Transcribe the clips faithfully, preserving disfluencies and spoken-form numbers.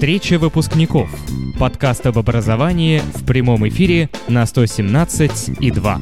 Встреча выпускников. Подкаст об образовании в прямом эфире на сто семнадцать и два.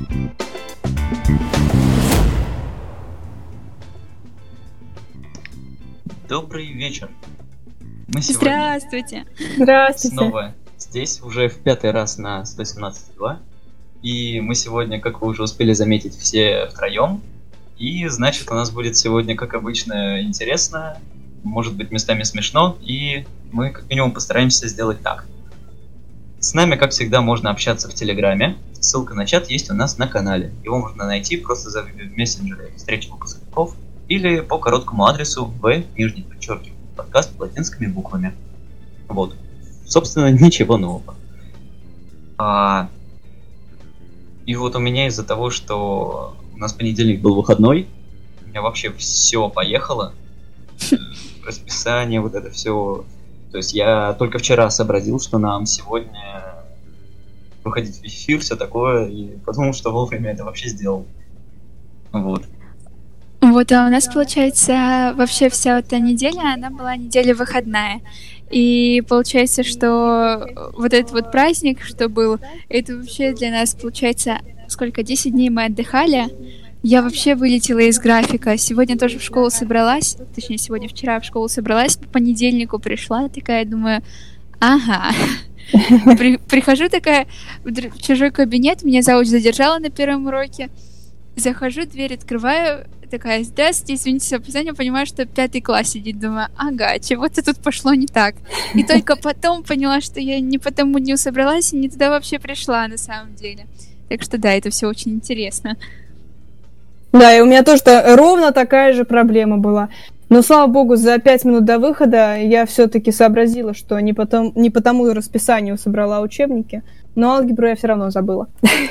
Добрый вечер. Мы сегодня Здравствуйте. Здравствуйте. снова здесь, уже в пятый раз на сто семнадцать и два. И мы сегодня, как вы уже успели заметить, все втроем. И значит, у нас будет сегодня, как обычно, интересно, может быть, местами смешно, и мы, как минимум, постараемся сделать так. С нами, как всегда, можно общаться в Телеграме. Ссылка на чат есть у нас на канале. Его можно найти просто за в мессенджере «Встреча выпускников» или по короткому адресу в нижнее подчеркивание подкаст латинскими буквами. Вот. Собственно, ничего нового. А... И вот у меня из-за того, что у нас понедельник был выходной, у меня вообще все поехало. Расписание, вот это все. То есть я только вчера сообразил, что нам сегодня выходить в эфир, все такое, и подумал, что вовремя это вообще сделал. Вот. Вот, а у нас, получается, вообще вся эта неделя, она была неделя выходная. И получается, что вот этот вот праздник, что был, это вообще для нас, получается, сколько, десять дней мы отдыхали. Я вообще вылетела из графика. Сегодня тоже в школу собралась, точнее, сегодня, вчера в школу собралась, по понедельнику пришла, такая, думаю, ага. При, прихожу такая в чужой кабинет, меня зауч задержала на первом уроке. Захожу, дверь открываю, такая, здравствуйте, извините за опоздание, понимаю, что пятый класс сидит, думаю, ага, чего-то тут пошло не так. И только потом поняла, что я не по тому дню собралась и не туда вообще пришла на самом деле. Так что да, это все очень интересно. Да, и у меня тоже ровно такая же проблема была. Но, слава богу, за пять минут до выхода я все-таки сообразила, что не, потом, не по тому расписанию собрала учебники, но алгебру я все равно забыла.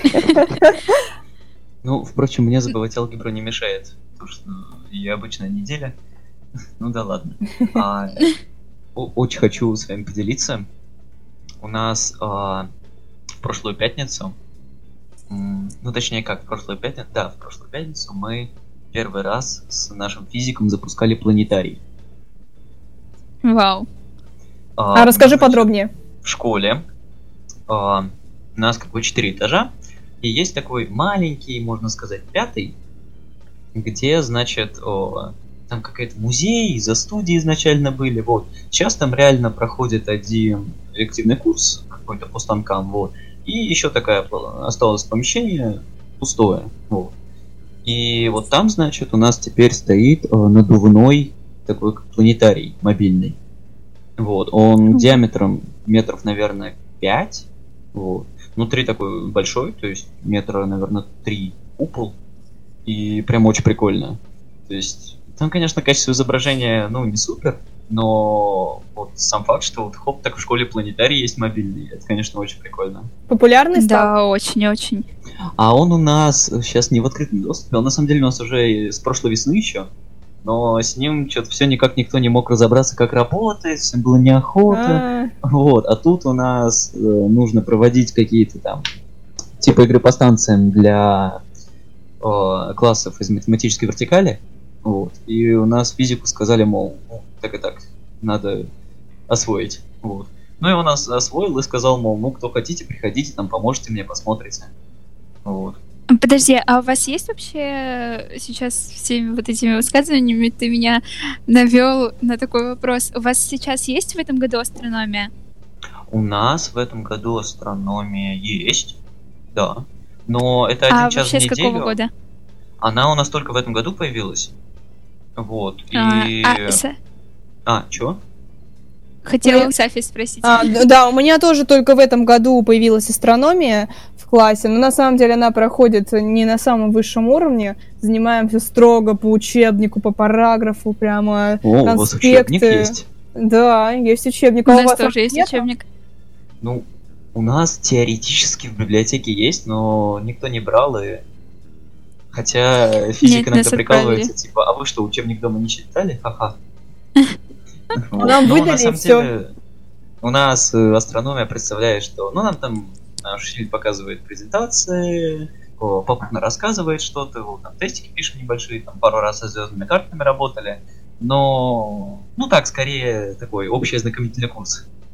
Ну, впрочем, мне забывать алгебру не мешает, потому что ее обычная неделя. Ну да ладно. А, очень хочу с вами поделиться. У нас а, в прошлую пятницу, ну точнее как, в прошлую пятницу, да, в прошлую пятницу мы первый раз с нашим физиком запускали планетарий. Вау. А, а расскажи значит, подробнее. В школе а, у нас как бы четыре этажа. И есть такой маленький, можно сказать, пятый, где, значит, о, там какой-то музей, за студии изначально были, вот. Сейчас там реально проходит один элективный курс, какой-то по станкам, вот. И еще такая осталось помещение пустое, вот. И вот там, значит, у нас теперь стоит о, надувной такой планетарий мобильный. Вот, он диаметром метров, наверное, пять, вот. Внутри такой большой, то есть метра, наверное, три купол. И прям очень прикольно. То есть там, конечно, качество изображения, ну, не супер, но вот сам факт, что вот хоп, так в школе планетарий есть мобильный, это, конечно, очень прикольно. Популярный стал? Да, очень-очень. А он у нас сейчас не в открытом доступе, он на самом деле у нас уже с прошлой весны еще. Но с ним что-то все никак никто не мог разобраться, как работает, всем было неохота. А-а-а. Вот, а тут у нас э, нужно проводить какие-то там типа игры по станциям для э, классов из математической вертикали. Вот. И у нас физику сказали, мол, ну, так и так, надо освоить. Вот. Ну и он нас освоил и сказал, мол, ну кто хотите, приходите, там поможете мне, посмотрите. Вот. Подожди, а у вас есть вообще сейчас всеми вот этими высказываниями ты меня навел на такой вопрос? У вас сейчас есть в этом году астрономия? У нас в этом году астрономия есть, да. Но это один а час в неделю. А вообще с какого года? Она у нас только в этом году появилась. Вот. А, и... а, с... а чё? Хотела у Сафи спросить. А, да, у меня тоже только в этом году появилась астрономия в классе, но на самом деле она проходит не на самом высшем уровне. Занимаемся строго по учебнику, по параграфу, прямо О, конспекты. У вас учебник есть? Да, есть учебник. У а нас у вас тоже есть нет? учебник. Ну, у нас теоретически в библиотеке есть, но никто не брал, и... Хотя физик Нет, иногда прикалывается, типа, а вы что, учебник дома не читали? Ха-ха. Нам выдали и все. У нас астрономия представляет, что... Ну, нам там наш учитель показывает презентации, попутно рассказывает что-то, вот, там тестики пишем небольшие, там пару раз со звездными картами работали. Но, ну так, скорее такой общий ознакомительный курс.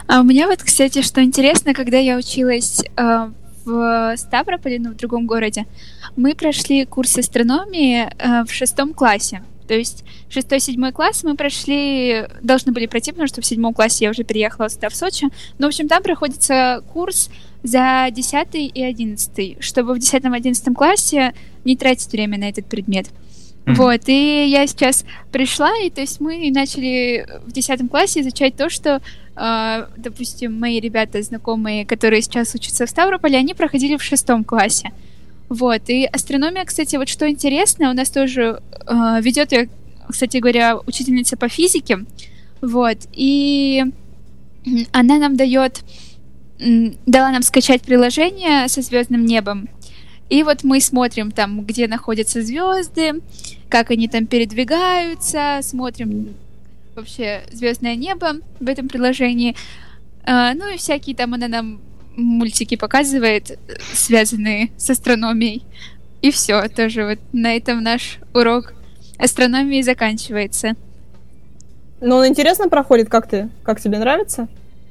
А у меня вот, кстати, что интересно, когда я училась э, в Ставрополе, ну, в другом городе, мы прошли курс астрономии э, в шестом классе. То есть шестой-седьмой класс мы прошли, должны были пройти, потому что в седьмом классе я уже переехала сюда, в Сочи. Но, в общем, там проходится курс за десятый и одиннадцатый, чтобы в десятом-одиннадцатом классе не тратить время на этот предмет. Mm-hmm. Вот, и я сейчас пришла, и то есть мы начали в десятом классе изучать то, что, э, допустим, мои ребята, знакомые, которые сейчас учатся в Ставрополе, они проходили в шестом классе. Вот, и астрономия, кстати, вот что интересно, у нас тоже э, ведет ее, кстати говоря, учительница по физике, вот, и она нам дает, дала нам скачать приложение со звездным небом, и вот мы смотрим там, где находятся звезды, как они там передвигаются, смотрим вообще звездное небо в этом приложении, э, ну и всякие там она нам мультики показывает, связанные с астрономией. И все, тоже вот на этом наш урок астрономии заканчивается. Ну, он интересно проходит, как ты? Как тебе нравится?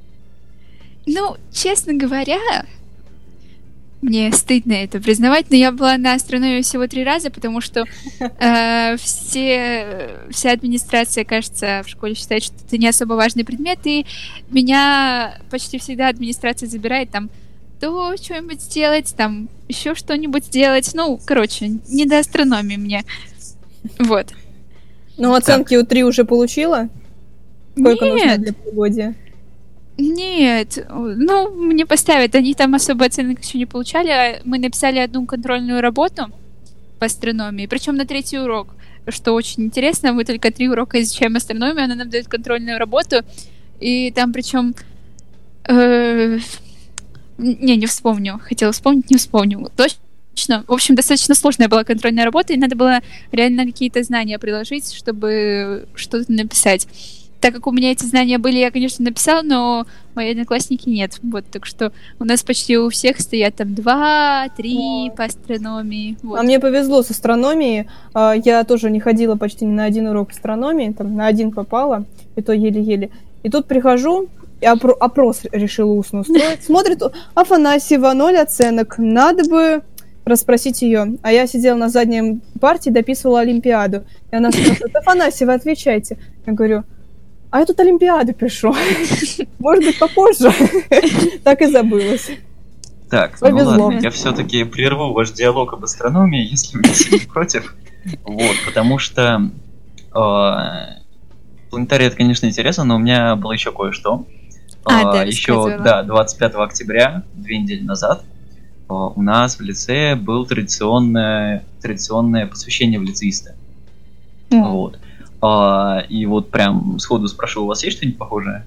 Ну, честно говоря, мне стыдно это признавать, но я была на астрономии всего три раза, потому что э, все, вся администрация, кажется, в школе считает, что это не особо важный предмет, и меня почти всегда администрация забирает там то что-нибудь сделать, там еще что-нибудь сделать. Ну, короче, не до астрономии мне. Вот. Ну, оценки у три уже получила? Сколько Нет. нужно для полугодия? Нет, ну, мне поставят, они там особо оценок еще не получали, а мы написали одну контрольную работу по астрономии, причем на третий урок, что очень интересно, мы только три урока изучаем астрономию, она нам дает контрольную работу, и там причем... Э, не, не вспомню, хотела вспомнить, не вспомню, точно. В общем, достаточно сложная была контрольная работа, и надо было реально какие-то знания приложить, чтобы что-то написать. Так как у меня эти знания были, я, конечно, написала, но мои одноклассники нет. Вот, так что у нас почти у всех стоят там два, три по астрономии. Вот. А мне повезло с астрономией. Я тоже не ходила почти ни на один урок астрономии, там на один попала, и то еле-еле. И тут прихожу, и опро- опрос решила устно устроить. Смотрит, Афанасьева, ноль оценок, надо бы расспросить ее. А я сидела на задней партии, дописывала Олимпиаду. И она спрашивает: Афанасьева, отвечайте. Я говорю: а я тут Олимпиаду пишу. Может быть, попозже. Так и забылась. Так, ну ладно, я все-таки прерву ваш диалог об астрономии, если вы не против. Вот, потому что планетарий, это, конечно, интересно, но у меня было еще кое-что. А, да, еще, да, двадцать пятого октября, две недели назад, у нас в лицее было традиционное, традиционное посвящение в лицеиста. Mm. Вот. А, и вот прям сходу спрошу, у вас есть что-нибудь похожее?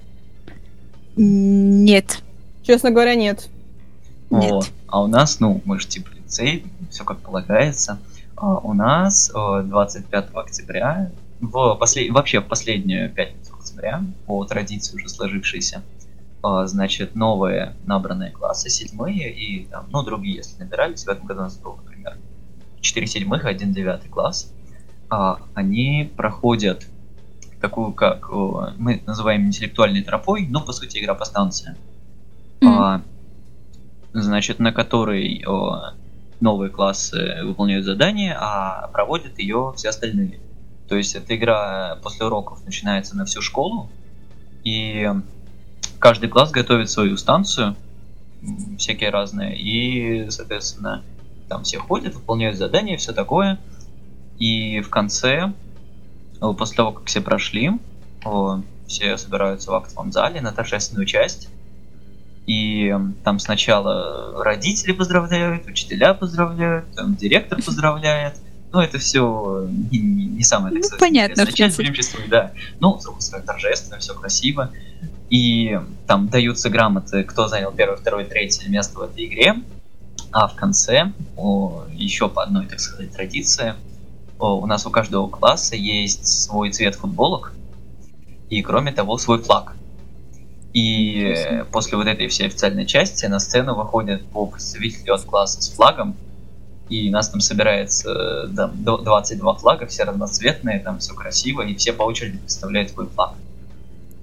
Нет. Честно говоря, нет. Нет. Вот. А у нас, ну, мы же типа лицей, все как полагается. А у нас двадцать пятого октября, в послед... вообще в последнюю пятницу октября, по традиции уже сложившейся, значит, новые набранные классы, седьмые и там, ну, другие, если набирались. В этом году у нас был, например, четыре седьмых и один девятый класс. А, они проходят такую, как мы называем интеллектуальной тропой, но по сути игра по станции, mm. а, значит, на которой о, новые классы выполняют задания, а проводят ее все остальные. То есть эта игра после уроков начинается на всю школу, и каждый класс готовит свою станцию, всякие разные, и, соответственно, там все ходят, выполняют задания, все такое. И в конце, после того, как все прошли, все собираются в актовом зале на торжественную часть. И там сначала родители поздравляют, учителя поздравляют, там директор поздравляет. Ну, это все не, не, не самое, так сказать, ну, понятно, интересное. Часть будем чувствовать, да. Ну, с другой стороны, торжественно, все красиво. И там даются грамоты, кто занял первое, второе, третье место в этой игре. А в конце, о, еще по одной, так сказать, традиции, о, у нас у каждого класса есть свой цвет футболок и, кроме того, свой флаг. И э, после вот этой всей официальной части на сцену выходят по представителю от класса с флагом, и нас там собирается да, двадцать два флага, все разноцветные, там все красиво, и все по очереди представляют свой флаг.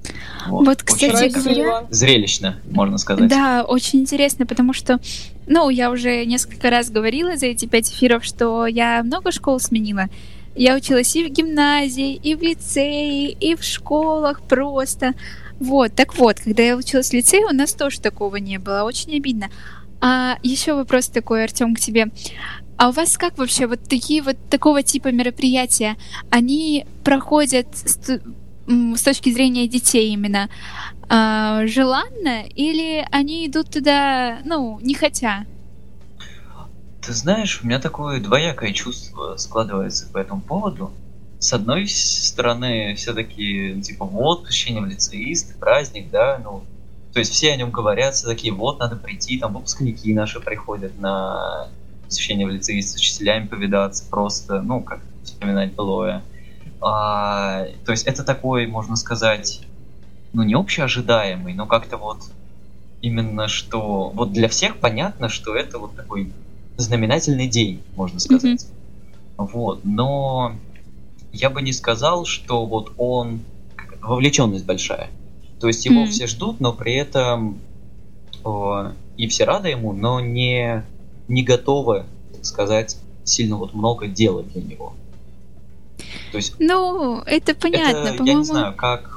Вот, Вот, кстати очень говоря, зрелищно, можно сказать. да, очень интересно, потому что, ну, я уже несколько раз говорила за эти пять эфиров, что я много школ сменила. Я училась и в гимназии, и в лицее, и в школах просто. Вот, так вот, когда я училась в лицее, у нас тоже такого не было, очень обидно. А еще вопрос такой, Артем, к тебе. А у вас как вообще вот такие вот такого типа мероприятия, они проходят с, с точки зрения детей именно а, желанно, или они идут туда, ну, не хотя? Ты знаешь, у меня такое двоякое чувство складывается по этому поводу. С одной стороны, все-таки, типа, вот, посещение в лицеисты, праздник, да, ну, то есть все о нем говорят, все такие, вот, надо прийти, там выпускники наши приходят на посещение в лицеисты, с учителями повидаться, просто, ну, как вспоминать былое. А, то есть это такой, можно сказать, ну, не общеожидаемый, но как-то вот именно что, вот для всех понятно, что это вот такой знаменательный день, можно сказать. Mm-hmm. Вот, но я бы не сказал, что вот он, вовлеченность большая. То есть его mm-hmm. все ждут, но при этом э, и все рады ему, но не, не готовы, так сказать, сильно вот много делать для него. То есть, ну, это понятно, это, по-моему. Я не знаю, как,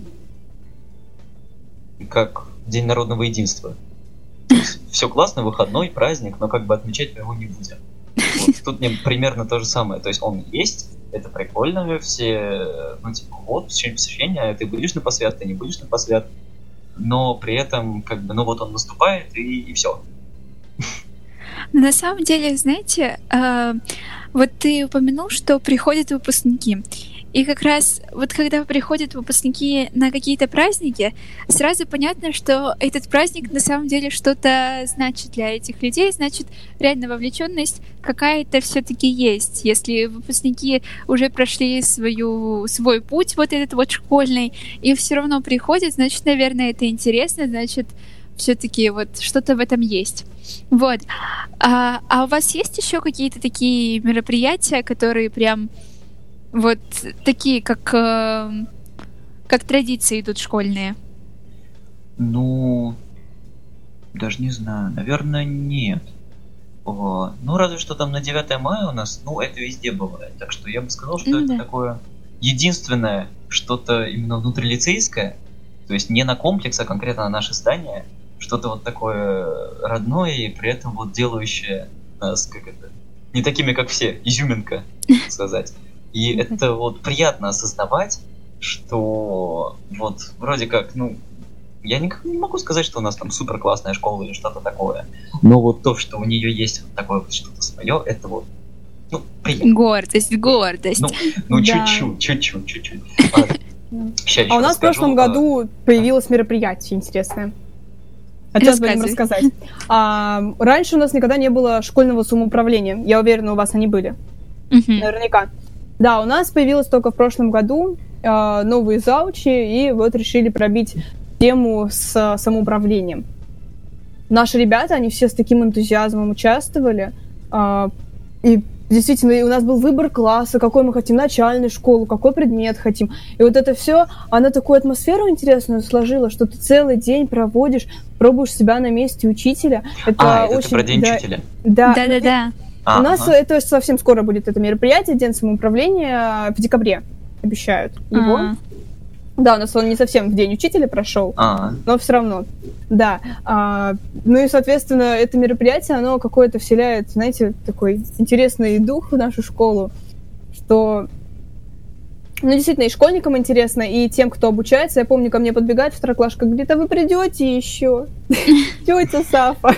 как День народного единства. Все классно, выходной, праздник, но как бы отмечать мы его не будем. Вот, тут мне примерно то же самое. То есть он есть, это прикольно, все, ну типа, вот, посещение посещения, ты будешь на посвят, ты не будешь на посвят, но при этом, как бы, ну вот он наступает, и, и все. На самом деле, знаете, э, вот ты упомянул, что приходят выпускники. И как раз вот когда приходят выпускники на какие-то праздники, сразу понятно, что этот праздник на самом деле что-то значит для этих людей, значит, реально вовлеченность какая-то все-таки есть. Если выпускники уже прошли свою, свой путь, вот этот вот школьный, и все равно приходят, значит, наверное, это интересно, значит, все-таки вот что-то в этом есть. Вот. А, а у вас есть еще какие-то такие мероприятия, которые прям вот такие, как, э, как традиции идут школьные? Ну, даже не знаю. Наверное, нет. О, ну, разве что там на девятое мая у нас, ну, это везде бывает. Так что я бы сказал, что mm-hmm. это такое единственное, что-то именно внутрилицейское, то есть не на комплекс, а конкретно на наше здание, что-то вот такое родное и при этом вот делающее нас, как это, не такими, как все, изюминка, так сказать. И это вот приятно осознавать, что вот вроде как, ну, я не, не могу сказать, что у нас там супер классная школа или что-то такое, но вот то, что у нее есть вот такое вот что-то свое, это вот, ну, приятно. Гордость, гордость. Ну, ну да. чуть-чуть, чуть-чуть, чуть-чуть. А у нас в прошлом году появилось мероприятие интересное. Хотелось бы им рассказать. А, раньше у нас никогда не было школьного самоуправления. Я уверена, у вас они были. Наверняка. Да, у нас появилось только в прошлом году э, новые заучи, и вот решили пробить тему с самоуправлением. Наши ребята, они все с таким энтузиазмом участвовали, э, и действительно, у нас был выбор класса, какой мы хотим, начальную школу, какой предмет хотим. И вот это все, она такую атмосферу интересную сложила, что ты целый день проводишь, пробуешь себя на месте учителя. Это а, очень... это про день да, учителя. Да, да, да, да. У ага. нас это совсем скоро будет это мероприятие, День самоуправления, в декабре обещают его. А-а. Да, у нас он не совсем в День учителя прошел, А-а. но все равно. Да. А, ну и, соответственно, это мероприятие, оно какое-то вселяет, знаете, такой интересный дух в нашу школу, что... Ну, действительно, и школьникам интересно, и тем, кто обучается. Я помню, ко мне подбегает второклашка, говорит, а вы придете еще? Тетя Сафа.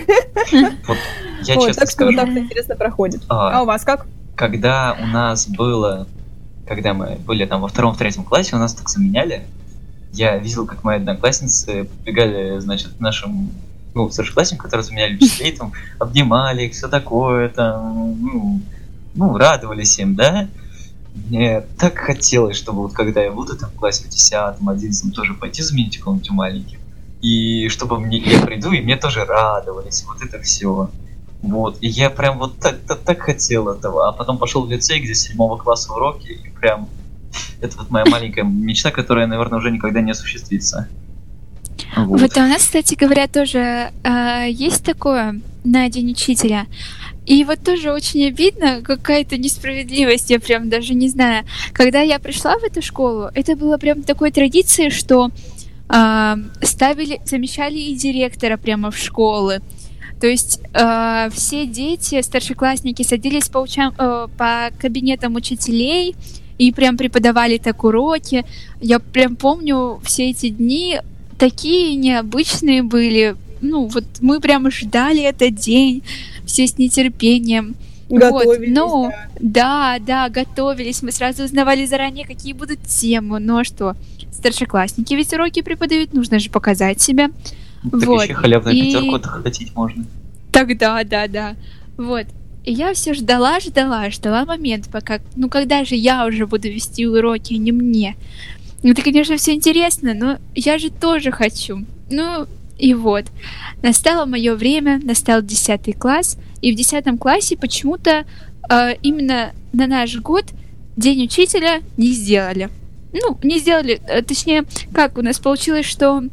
Я честно скажу. Так что вот так интересно проходит. А у вас как? Когда у нас было, когда мы были там во втором, в третьем классе, у нас так заменяли. Я видел, как мои одноклассницы подбегали, значит, нашим, ну, старшеклассникам, которые заменяли учителей, там, обнимали их, все такое, там, ну, ну, радовались им, да? Мне так хотелось, чтобы вот когда я буду там в классе в десятом, одиннадцатом тоже пойти заменить кого-нибудь у маленьких. И чтобы мне, я приду, и мне тоже радовались, вот это все. Вот, и я прям вот так, так, так хотел этого. А потом пошел в лицей, где с седьмого класса уроки, и прям Это вот моя маленькая мечта, которая, наверное, уже никогда не осуществится. Вот, вот а у нас, кстати говоря, тоже э, есть такое на День учителя. И вот тоже очень обидно, какая-то несправедливость, я прям даже не знаю. Когда я пришла в эту школу, это было прям такой традицией, что э, ставили, замещали и директора прямо в школы. То есть э, все дети, старшеклассники садились по, учам, э, по кабинетам учителей и прям преподавали так уроки. Я прям помню все эти дни, такие необычные были. Ну, вот мы прямо ждали этот день, все с нетерпением. Готовились, вот. Ну, да. да, да, готовились. Мы сразу узнавали заранее, какие будут темы. Ну а что, старшеклассники ведь уроки преподают, нужно же показать себя. Так вот. еще халявную И... пятерку отхватить можно. Тогда, да, да. Вот. И я все ждала, ждала, ждала момент, пока... Ну, когда же я уже буду вести уроки, а не мне? Это, конечно, все интересно, но я же тоже хочу. Ну, и вот. Настало мое время, настал десятый класс, и в десятом классе почему-то э, именно на наш год День учителя не сделали. Ну, не сделали, э, точнее, как у нас получилось, что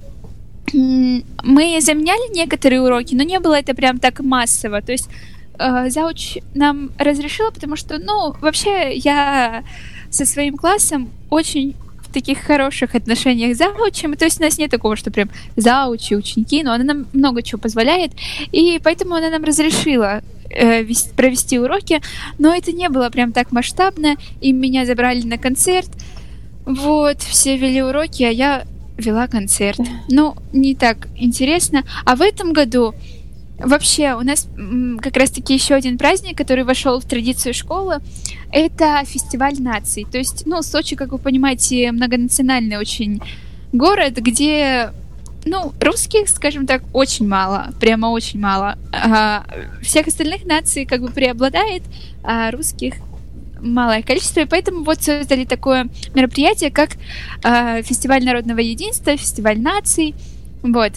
м- мы заменяли некоторые уроки, но не было это прям так массово. То есть э, зауч нам разрешила, потому что, ну, вообще я со своим классом очень в таких хороших отношениях с заучем. То есть у нас нет такого, что прям заучи, ученики, но она нам много чего позволяет, и поэтому она нам разрешила э, вести, провести уроки, но это не было прям так масштабно, и меня забрали на концерт. Вот, все вели уроки, а я вела концерт. Ну, не так интересно. А в этом году вообще у нас м, как раз-таки еще один праздник, который вошел в традицию школы, это фестиваль наций. То есть, ну, Сочи, как вы понимаете, многонациональный очень город, где, ну, русских, скажем так, очень мало, прямо очень мало. А всех остальных наций как бы преобладает, а русских малое количество, и поэтому вот создали такое мероприятие, как э, фестиваль народного единства, фестиваль наций, вот.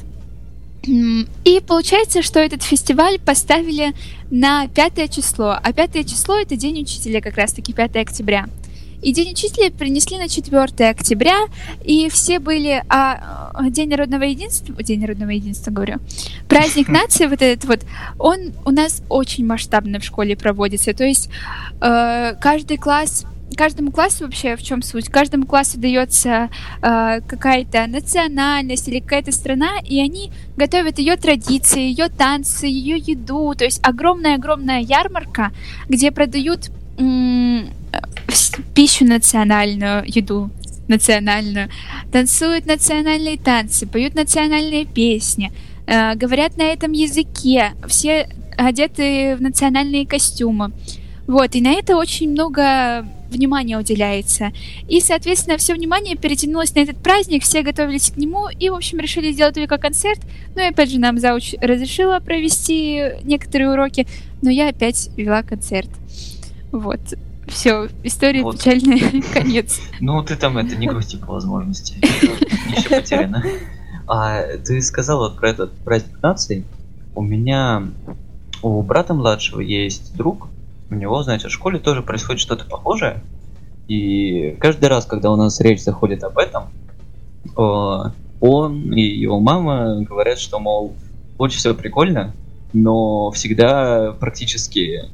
И получается, что этот фестиваль поставили на пятое число, а пятое число — это День учителя, как раз-таки пятое октября. И День учителя перенесли на четвёртое октября, и все были... А День народного единства... День народного единства, говорю. Праздник нации, вот этот вот, он у нас очень масштабно в школе проводится. То есть э, каждый класс... Каждому классу вообще в чем суть? Каждому классу дается э, какая-то национальность или какая-то страна, и они готовят ее традиции, ее танцы, ее еду. То есть огромная-огромная ярмарка, где продают м- пищу национальную, еду национальную, танцуют национальные танцы, поют национальные песни, э, говорят на этом языке, все одеты в национальные костюмы. Вот, и на это очень много внимания уделяется. И, соответственно, все внимание перетянулось на этот праздник, все готовились к нему и, в общем, решили сделать только концерт. Ну и, опять же, нам зауч разрешила провести некоторые уроки, но я опять вела концерт. Вот. Все, история вот. Печальная, конец. Ну, ты там это, не грусти по возможности. Еще потеряно. А ты сказала вот про этот праздник наций. У меня, у брата младшего есть друг. У него, знаете, в школе тоже происходит что-то похожее. И каждый раз, когда у нас речь заходит об этом, он и его мама говорят, что, мол, очень все прикольно, но всегда практически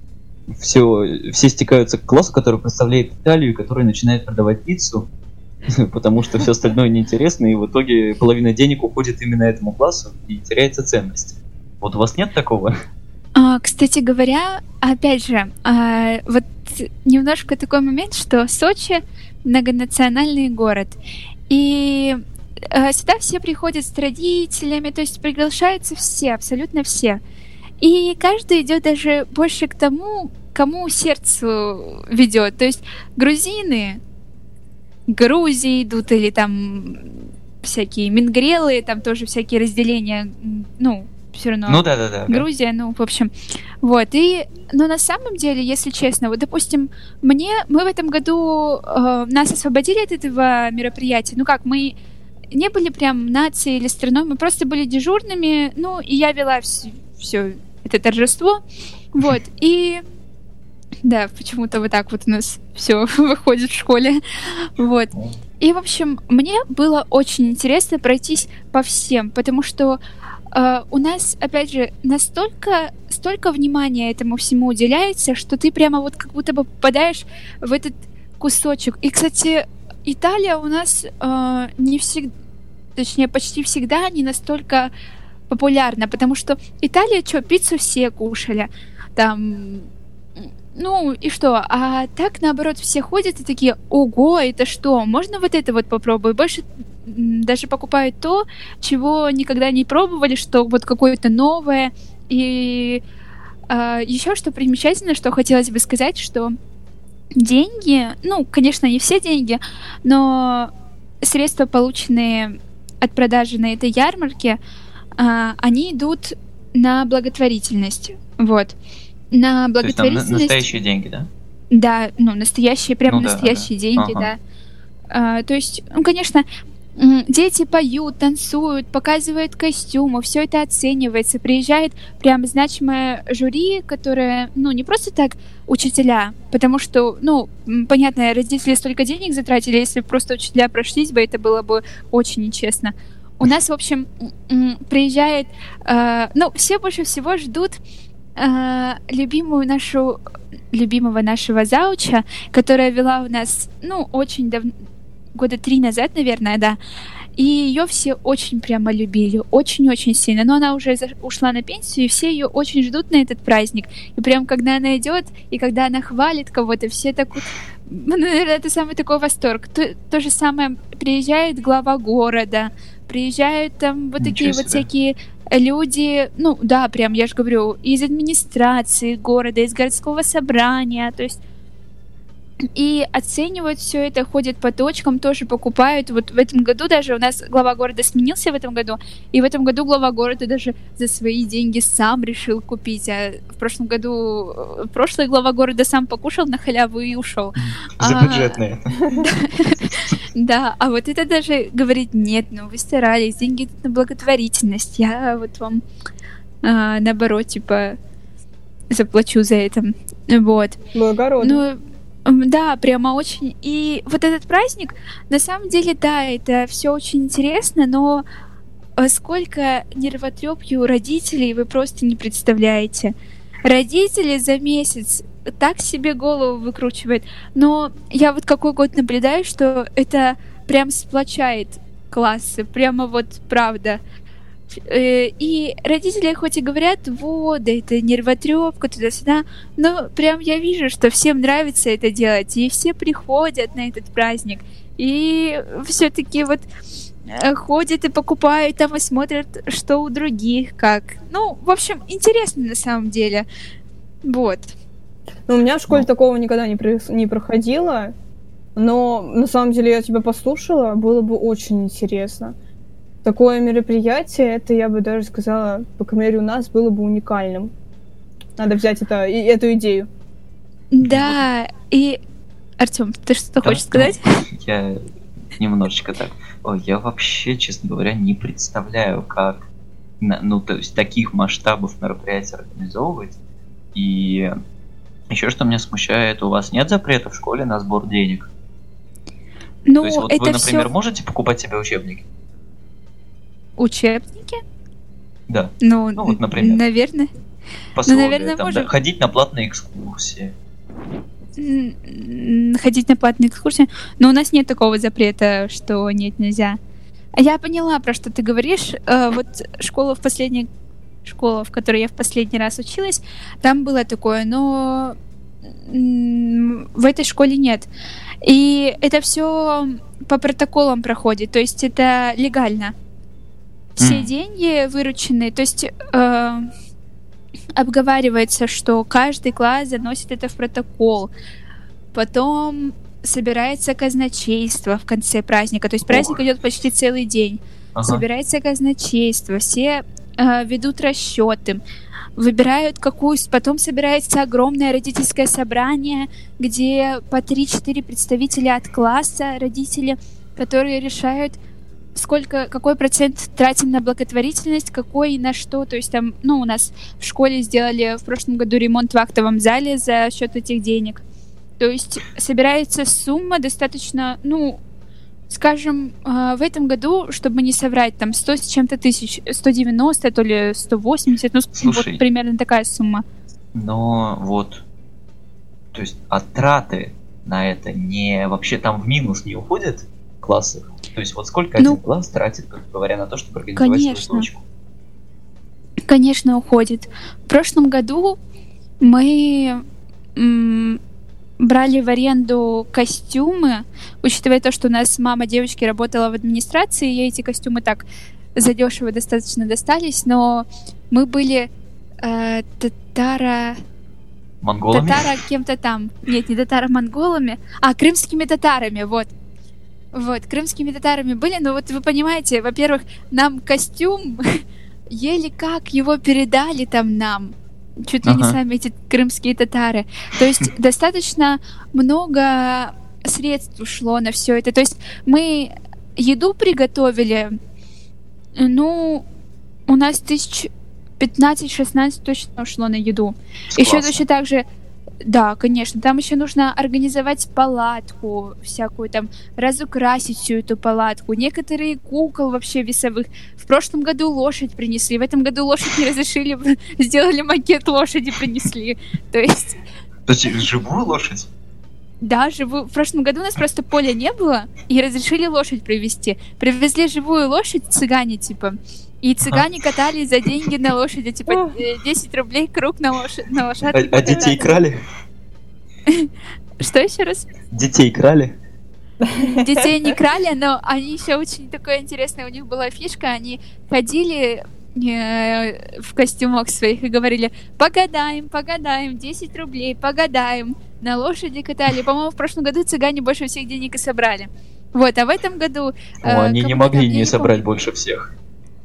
все, все стекаются к классу, который представляет Италию, который начинает продавать пиццу, потому что все остальное неинтересно, и в итоге половина денег уходит именно этому классу, и теряется ценность. Вот у вас нет такого? А, кстати говоря, опять же, а, вот немножко такой момент, что Сочи многонациональный город, и а, сюда все приходят с родителями, то есть приглашаются все, абсолютно все. И каждый идет даже больше к тому, кому сердцу ведет. То есть грузины к Грузии идут, или там всякие мингрелы, там тоже всякие разделения, ну, все равно. Ну да, да, да. Грузия, ну, в общем. Вот. И, но на самом деле, если честно, вот, допустим, мне, мы в этом году э, нас освободили от этого мероприятия. Ну как, мы не были прям нацией или страной, мы просто были дежурными, ну, и я вела все, все это торжество. Вот. И Да, почему-то вот так вот у нас все выходит в школе. Вот. И, в общем, мне было очень интересно пройтись по всем, потому что э, у нас, опять же, настолько столько внимания этому всему уделяется, что ты прямо вот как будто бы попадаешь в этот кусочек. И, кстати, Италия у нас э, не всегда, точнее, почти всегда не настолько популярна, потому что Италия, что, пиццу все кушали, там... Ну и что? А так, наоборот, все ходят и такие: ого, это что? Можно вот это вот попробовать? Больше даже покупают то, чего никогда не пробовали, что вот какое-то новое. И а, еще что примечательно, что хотелось бы сказать, что деньги, ну, конечно, не все деньги, но средства, полученные от продажи на этой ярмарке, а, они идут на благотворительность. Вот. На благотворительность. То есть там настоящие деньги, да? Да, ну, настоящие, прям ну, настоящие да, деньги, ага. да. А, то есть, ну, конечно, дети поют, танцуют, показывают костюмы, все это оценивается, приезжает прям значимое жюри, которое, ну, не просто так учителя, потому что, ну, понятно, родители столько денег затратили, если просто учителя прошлись бы, это было бы очень нечестно. У нас, в общем, приезжает, э, ну, все больше всего ждут Uh, любимую нашу, любимого нашего зауча, которая вела у нас, ну, очень давно, года три назад, наверное, да, и ее все очень прямо любили, очень-очень сильно, но она уже ушла на пенсию, и все ее очень ждут на этот праздник, и прям когда она идет, и когда она хвалит кого-то, все так, ну, наверное, это самый такой восторг. То, то же самое, приезжает глава города, приезжают там вот Ничего такие себе. вот всякие люди, ну да, прям, я же говорю, из администрации города, из городского собрания, то есть и оценивают все это, ходят по точкам, тоже покупают. Вот в этом году даже у нас глава города сменился в этом году, и в этом году глава города даже за свои деньги сам решил купить. А в прошлом году прошлый глава города сам покушал на халяву и ушел. За бюджетные. Да, а вот это даже говорит: нет, ну вы старались, деньги идут на благотворительность, я вот вам наоборот, типа, заплачу за это. Вот. Благородно. Ну, да, прямо очень. И вот этот праздник, на самом деле, да, это все очень интересно, но сколько нервотрепки у родителей вы просто не представляете. Родители за месяц так себе голову выкручивают, но я вот какой год наблюдаю, что это прям сплочает классы, прямо вот правда. И родители хоть и говорят: вот, да это нервотрепка, туда-сюда, но прям я вижу, что всем нравится это делать, и все приходят на этот праздник, и все-таки вот ходят и покупают там и смотрят, что у других, как. Ну, в общем, интересно на самом деле. Вот. Ну, у меня в школе ну. такого никогда не, при... не проходило, но на самом деле я тебя послушала, было бы очень интересно. Такое мероприятие, это, я бы даже сказала, по крайней мере, у нас было бы уникальным. Надо взять это, и, эту идею. Да, и... Артём, ты что-то да, хочешь сказать? Я немножечко так... Ой, я вообще, честно говоря, не представляю, как... Ну, то есть, таких масштабов мероприятий организовывать. И еще что меня смущает, у вас нет запрета в школе на сбор денег? Ну, то есть, вот это вы, например, всё... можете покупать себе учебники? Учебники? Да. Ну, ну вот, например. Наверное. Пособия, ну, наверное, там, можем. Да, ходить на платные экскурсии. Ходить на платные экскурсии. Но у нас нет такого запрета, что нет, нельзя. А я поняла, про что ты говоришь. Вот школа в последней... Школа, в которой я в последний раз училась, там было такое, но в этой школе нет. И это все по протоколам проходит, то есть это легально. Все mm. деньги вырученные, то есть э, обговаривается, что каждый класс заносит это в протокол. Потом собирается казначейство в конце праздника. То есть праздник идет почти целый день. Ага. Собирается казначейство, все э, ведут расчеты, выбирают какую... Потом собирается огромное родительское собрание, где по три-четыре представителя от класса, родители, которые решают, сколько, какой процент тратим на благотворительность, какой на что. То есть там, ну, у нас в школе сделали в прошлом году ремонт в актовом зале за счет этих денег. То есть собирается сумма достаточно, ну, скажем, в этом году, чтобы не соврать, там сто с чем-то тысяч, сто девяносто, то ли сто восемьдесят, ну, Слушай, вот примерно такая сумма. Но вот, то есть, а траты на это не вообще там в минус не уходят классы? То есть, вот сколько Ну, один класс тратит, как говоря, на то, чтобы организовать свою конечно. точку? Конечно, уходит. В прошлом году мы м, брали в аренду костюмы, учитывая то, что у нас мама девочки работала в администрации, ей эти костюмы так задешево достаточно достались, но мы были э, татаро... Монголами? татаро кем-то там. Нет, не татаро-монголами, а крымскими татарами, вот. Вот, крымскими татарами были, но вот вы понимаете, во-первых, нам костюм еле как его передали там нам. Чуть ли не Ага. сами эти крымские татары. То есть достаточно много средств ушло на все это. То есть мы еду приготовили, ну, у нас тысяч пятнадцать-шестнадцать точно ушло на еду. С Еще класса. точно так же, да, конечно, там еще нужно организовать палатку всякую, там, разукрасить всю эту палатку. Некоторые кукол вообще весовых. В прошлом году лошадь принесли, в этом году лошадь не разрешили, сделали макет лошади, принесли. То есть, То есть, живую лошадь? да, живую. В прошлом году у нас просто поля не было, и разрешили лошадь привезти. Привезли живую лошадь, цыгане, типа. И цыгане катались за деньги на лошади, типа э, десять рублей круг на, лошадь, на А, лошадке. а детей крали? Что еще раз? Детей крали? Детей не крали, но они еще очень такое интересное, у них была фишка, они ходили э, в костюмах своих и говорили: погадаем, погадаем, десять рублей, погадаем. На лошади катали. По-моему, в прошлом году цыгане больше всех денег и собрали. Вот, а в этом году... О, э, они не кому-то могли там, я не собрать помню. больше всех.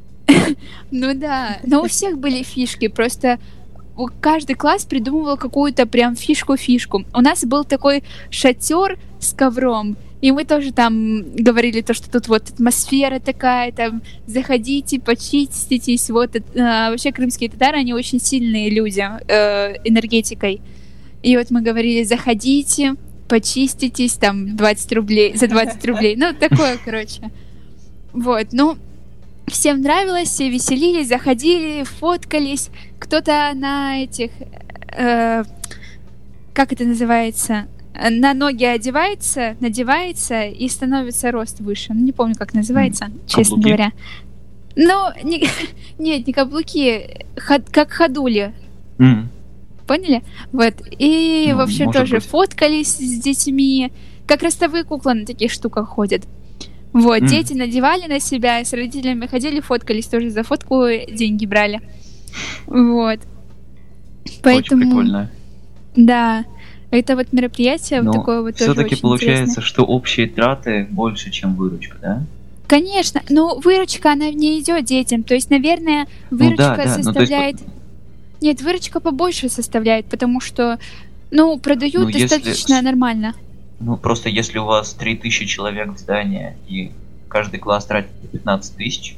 Ну да, но у всех были фишки, просто у- каждый класс придумывал какую-то прям фишку-фишку. У нас был такой шатер с ковром, и мы тоже там говорили то, что тут вот атмосфера такая, там, заходите, почиститесь, вот. э, а, вообще крымские татары, они очень сильные люди э, энергетикой. И вот мы говорили: заходите, почиститесь, там, двадцать рублей, за двадцать рублей, ну, такое, короче. Вот, ну, всем нравилось, все веселились, заходили, фоткались. Кто-то на этих... э, как это называется? На ноги одевается, надевается и становится рост выше. Ну, не помню, как называется, М, честно каблуки? говоря. Ну, не- нет, не каблуки, ход- как ходули. М. Поняли? Вот. И, Ну, в общем, может тоже быть. фоткались с детьми. Как ростовые куклы на таких штуках ходят. Вот, М. дети надевали на себя, и с родителями ходили, фоткались, тоже за фотку деньги брали. Вот. Очень Поэтому, прикольно. да, это вот мероприятие вот Но такое вот тоже все-таки очень получается, интересное. что общие траты больше, чем выручка, да? Конечно, но выручка, она не идет детям. То есть, наверное, выручка Ну да, да, ну, то есть составляет... Нет, выручка побольше составляет, потому что, ну, продают Ну, если достаточно с- нормально. Ну, просто если у вас три тысячи человек в здании, и каждый класс тратит пятнадцать тысяч,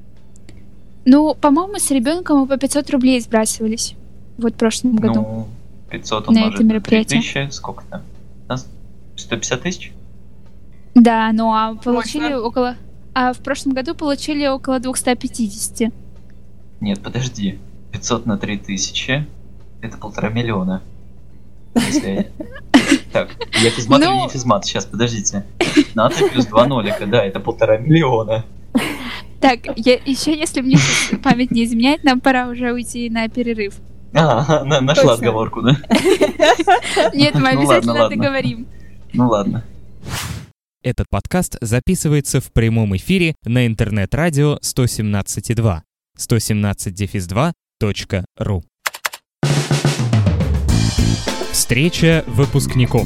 Ну, по-моему, с ребенком мы по пятьсот рублей сбрасывались. Вот в прошлом году. ну, пятьсот На умножить это на три мероприятие. тысячи, сколько там? У нас сто пятьдесят тысяч? Да, ну а получили Мощно. около... А в прошлом году получили около двести пятьдесят. Нет, подожди. пятьсот на три тысячи, это полтора миллиона. Если... Так, я физмат или Ну- не физмат? Сейчас, подождите. пятнадцать плюс два нолика, да, это полтора миллиона. Так, я, еще если мне сейчас память не изменяет, нам пора уже уйти на перерыв. А, на- нашла Точно. отговорку, да? Нет, мы Ну обязательно ладно, ладно. договорим. Ну ладно. Этот подкаст записывается в прямом эфире на интернет-радио сто семнадцать и два. сто семнадцать дефис два точка ру. Встреча выпускников.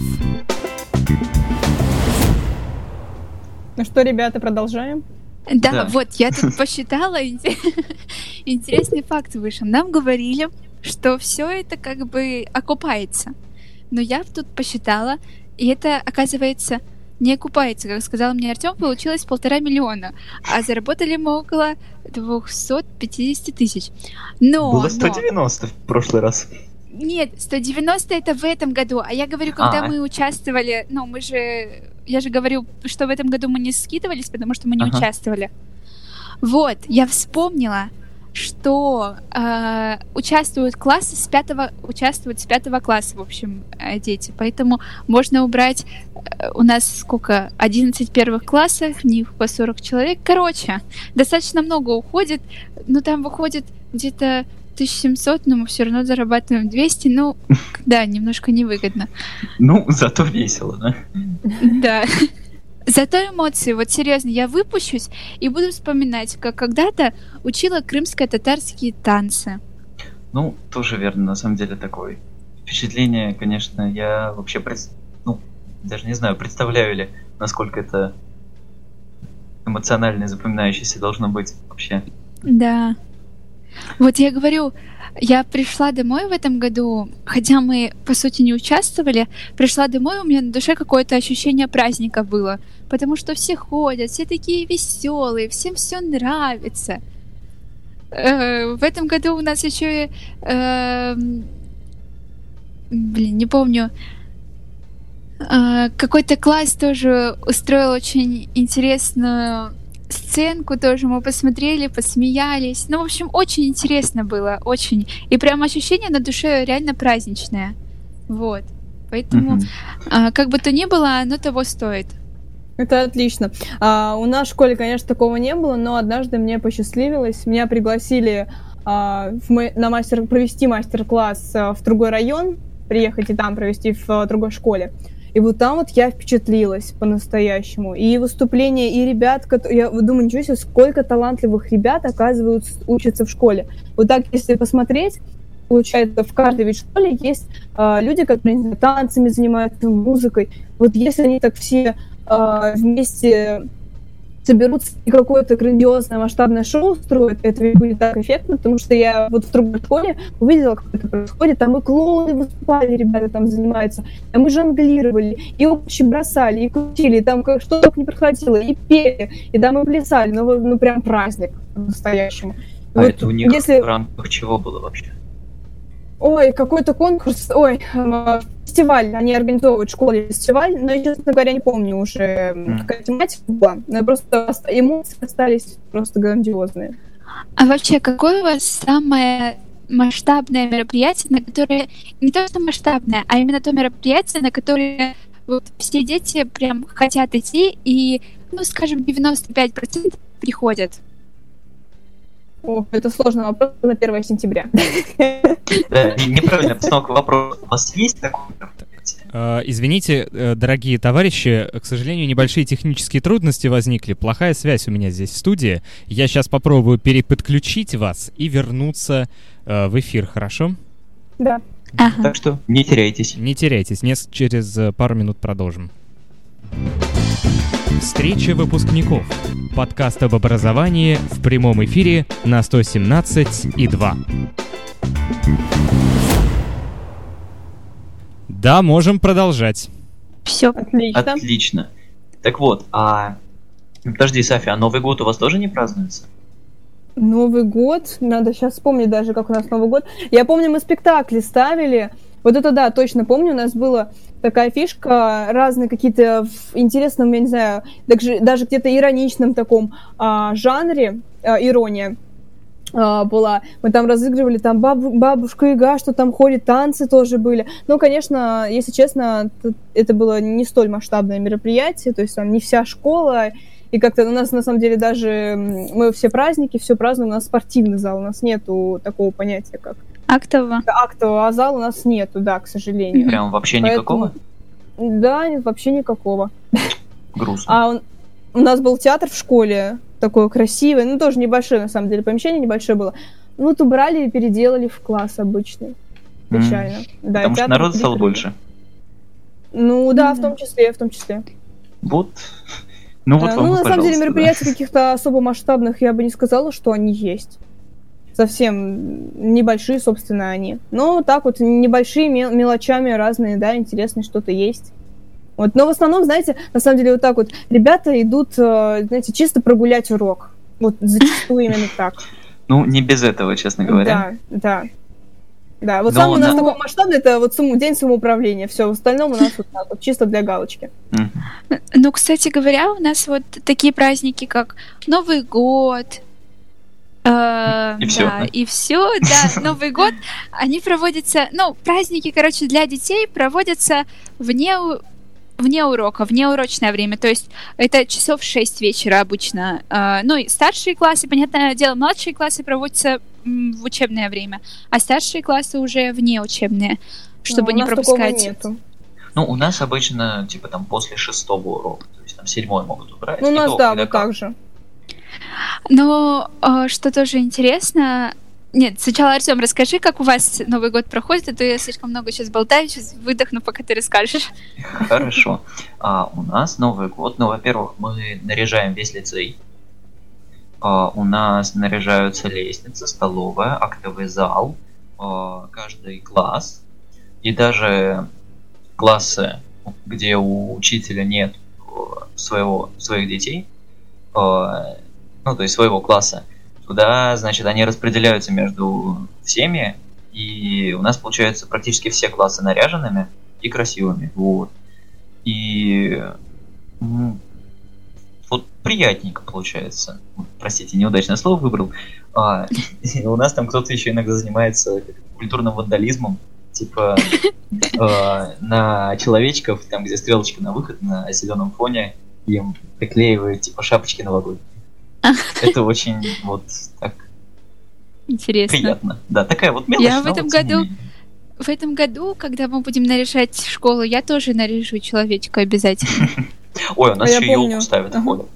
Ну что, ребята, продолжаем? Да, Да. вот, я тут посчитала, инте- интересный факт вышел. Нам говорили, что все это как бы окупается. Но я тут посчитала, и это, оказывается, не окупается. Как сказал мне Артём, получилось полтора миллиона, а заработали мы около двести пятьдесят тысяч. Но, Было сто но... девяносто в прошлый раз. Нет, сто девяносто это в этом году, а я говорю, когда А. мы участвовали, ну, мы же, я же говорю, что в этом году мы не скидывались, потому что мы не Ага. участвовали. Вот, я вспомнила, что э, участвуют классы с пятого, участвуют с пятого класса, в общем, э, дети, поэтому можно убрать, э, у нас сколько, одиннадцать первых классов, в них по сорок человек, короче, достаточно много уходит, но там выходит где-то тысяча семьсот, но мы все равно зарабатываем двести, ну, да, немножко невыгодно. Ну, зато весело, да? Да. Зато эмоции, вот серьезно, я выпущусь и буду вспоминать, как когда-то учила крымско-татарские танцы. Ну, тоже верно, на самом деле такое впечатление, конечно, я вообще, пред... ну, даже не знаю, представляю ли, насколько это эмоционально и запоминающееся должно быть вообще. Да. Вот я говорю, я пришла домой в этом году, хотя мы, по сути, не участвовали, пришла домой, у меня на душе какое-то ощущение праздника было, потому что все ходят, все такие веселые, всем все нравится. Э, в этом году у нас еще и, э, блин, не помню, э, какой-то класс тоже устроил очень интересную сценку тоже, мы посмотрели, посмеялись. Ну, в общем, очень интересно было, очень. И прям ощущение на душе реально праздничное. Вот. Поэтому, Мгм. а, как бы то ни было, оно того стоит. Это отлично. А, у нас в школе, конечно, такого не было, но однажды мне посчастливилось. Меня пригласили а, в ма- на мастер провести мастер-класс а, в другой район, приехать и там провести в а, другой школе. И вот там вот я впечатлилась по-настоящему. И выступления, и ребят, которые... Я думаю, ничего себе, сколько талантливых ребят, оказывается, учатся в школе. Вот так, если посмотреть, получается, в каждой ведь школе есть э, люди, которые не знаю, танцами занимаются, музыкой. Вот если они так все э, вместе соберутся и какое-то грандиозное масштабное шоу устроят, это ведь будет так эффектно, потому что я вот в другой школе увидела, как это происходит, там и клоуны выступали, ребята там занимаются, там мы жонглировали, и овощи бросали, и крутили, и там как, что только не происходило, и пели, и там мы плясали, ну, вот, ну прям праздник по-настоящему. А Вот это у них если... в рамках чего было вообще? Ой, какой-то конкурс, ой, э, фестиваль, они организовывают в школе фестиваль, но я, честно говоря, не помню уже, mm. какая тематика была, но просто эмоции остались просто грандиозные. А вообще, какое у вас самое масштабное мероприятие, на которое, не то что масштабное, а именно то мероприятие, на которое вот все дети прям хотят идти и, ну, скажем, девяносто пять процентов приходят? О, это сложный вопрос на первое сентября. Да, неправильная постановка вопроса. У вас есть такое мероприятие? Извините, дорогие товарищи, к сожалению, небольшие технические трудности возникли. Плохая связь у меня здесь в студии. Я сейчас попробую переподключить вас и вернуться в эфир, хорошо? Да. Ага. Так что не теряйтесь. Не теряйтесь, нес- через пару минут продолжим. Встреча выпускников. Подкаст об образовании в прямом эфире на сто семнадцать и два. Да, можем продолжать. Все. Отлично. Отлично. Так вот, а... Подожди, Софья, а Новый год у вас тоже не празднуется? Новый год, надо сейчас вспомнить даже, как у нас Новый год. Я помню, мы спектакли ставили. Вот это да, точно помню, у нас была такая фишка, разные какие-то в интересном, я не знаю, даже, даже где-то ироничном таком а, жанре, а, ирония а, была. Мы там разыгрывали, там бабу, бабушка Яга, что там ходит, танцы тоже были. Ну, конечно, если честно, это было не столь масштабное мероприятие, то есть там не вся школа, и как-то у нас, на самом деле, даже мы все праздники, все празднуем, у нас спортивный зал, у нас нету такого понятия, как Актового. актового, а зала у нас нету, да, к сожалению. Прям вообще Поэтому... никакого? Да, нет, вообще никакого. Грустно. А он... у нас был театр в школе, такой красивый, ну, тоже небольшое, на самом деле, помещение небольшое было. Ну, вот убрали и переделали в класс обычный. Печально. Mm. Да, Потому что народу стало перекрыли. больше. Ну, да, Mm. в том числе, в том числе. Вот. Ну, вот А, вам, ну, на самом деле, пожалуйста, мероприятий да. каких-то особо масштабных я бы не сказала, что они есть. Совсем небольшие, собственно, они. Но так вот, небольшие мел- мелочами разные, да, интересные что-то есть. Вот. Но в основном, знаете, на самом деле вот так вот ребята идут, знаете, чисто прогулять урок. Вот зачастую именно так. Ну, не без этого, честно говоря. Да, да. Да, вот Но самый у нас на- такой масштабный, это вот сам- день самоуправления. Все, в остальном у нас вот так вот, чисто для галочки. Мгм. Ну, кстати говоря, у нас вот такие праздники, как Новый год, э, И всё, да, да? и все, да, Новый год, они проводятся, ну, праздники, короче, для детей проводятся вне, у- вне урока, вне урочное время, то есть это часов шесть вечера обычно. Э, ну, и старшие классы, понятное дело, младшие классы проводятся м, в учебное время, а старшие классы уже вне учебные, чтобы Ну, не у нас такого пропускать. нету. Ну, у нас обычно, типа, там, после шестого урока, то есть там седьмой могут убрать. Ну, у и нас, то, да, когда вот как. так же. Но э, что тоже интересно... Нет, сначала, Артем, расскажи, как у вас Новый год проходит, а то я слишком много сейчас болтаю, сейчас выдохну, пока ты расскажешь. Хорошо. А, у нас Новый год. Ну, во-первых, мы наряжаем весь лицей. А, у нас наряжаются лестница, столовая, актовый зал, а, каждый класс. И даже классы, где у учителя нет а, своего, своих детей, а, ну, то есть своего класса, туда, значит, они распределяются между всеми, и у нас получается практически все классы наряженными и красивыми. Вот. И м, вот приятненько получается. Простите, неудачное слово выбрал. А, и у нас там кто-то еще иногда занимается культурным вандализмом. Типа а, на человечков, там где стрелочка на выход, на зеленом фоне, им приклеивают типа шапочки новогодние. Это очень вот так Интересно. приятно. Да, такая вот мелочь. Я в но этом вот тем не году- менее. В этом году, когда мы будем наряжать школу, я тоже наряжу человечка обязательно. Ой, у нас А я еще елку помню. ставят в Ага. холле.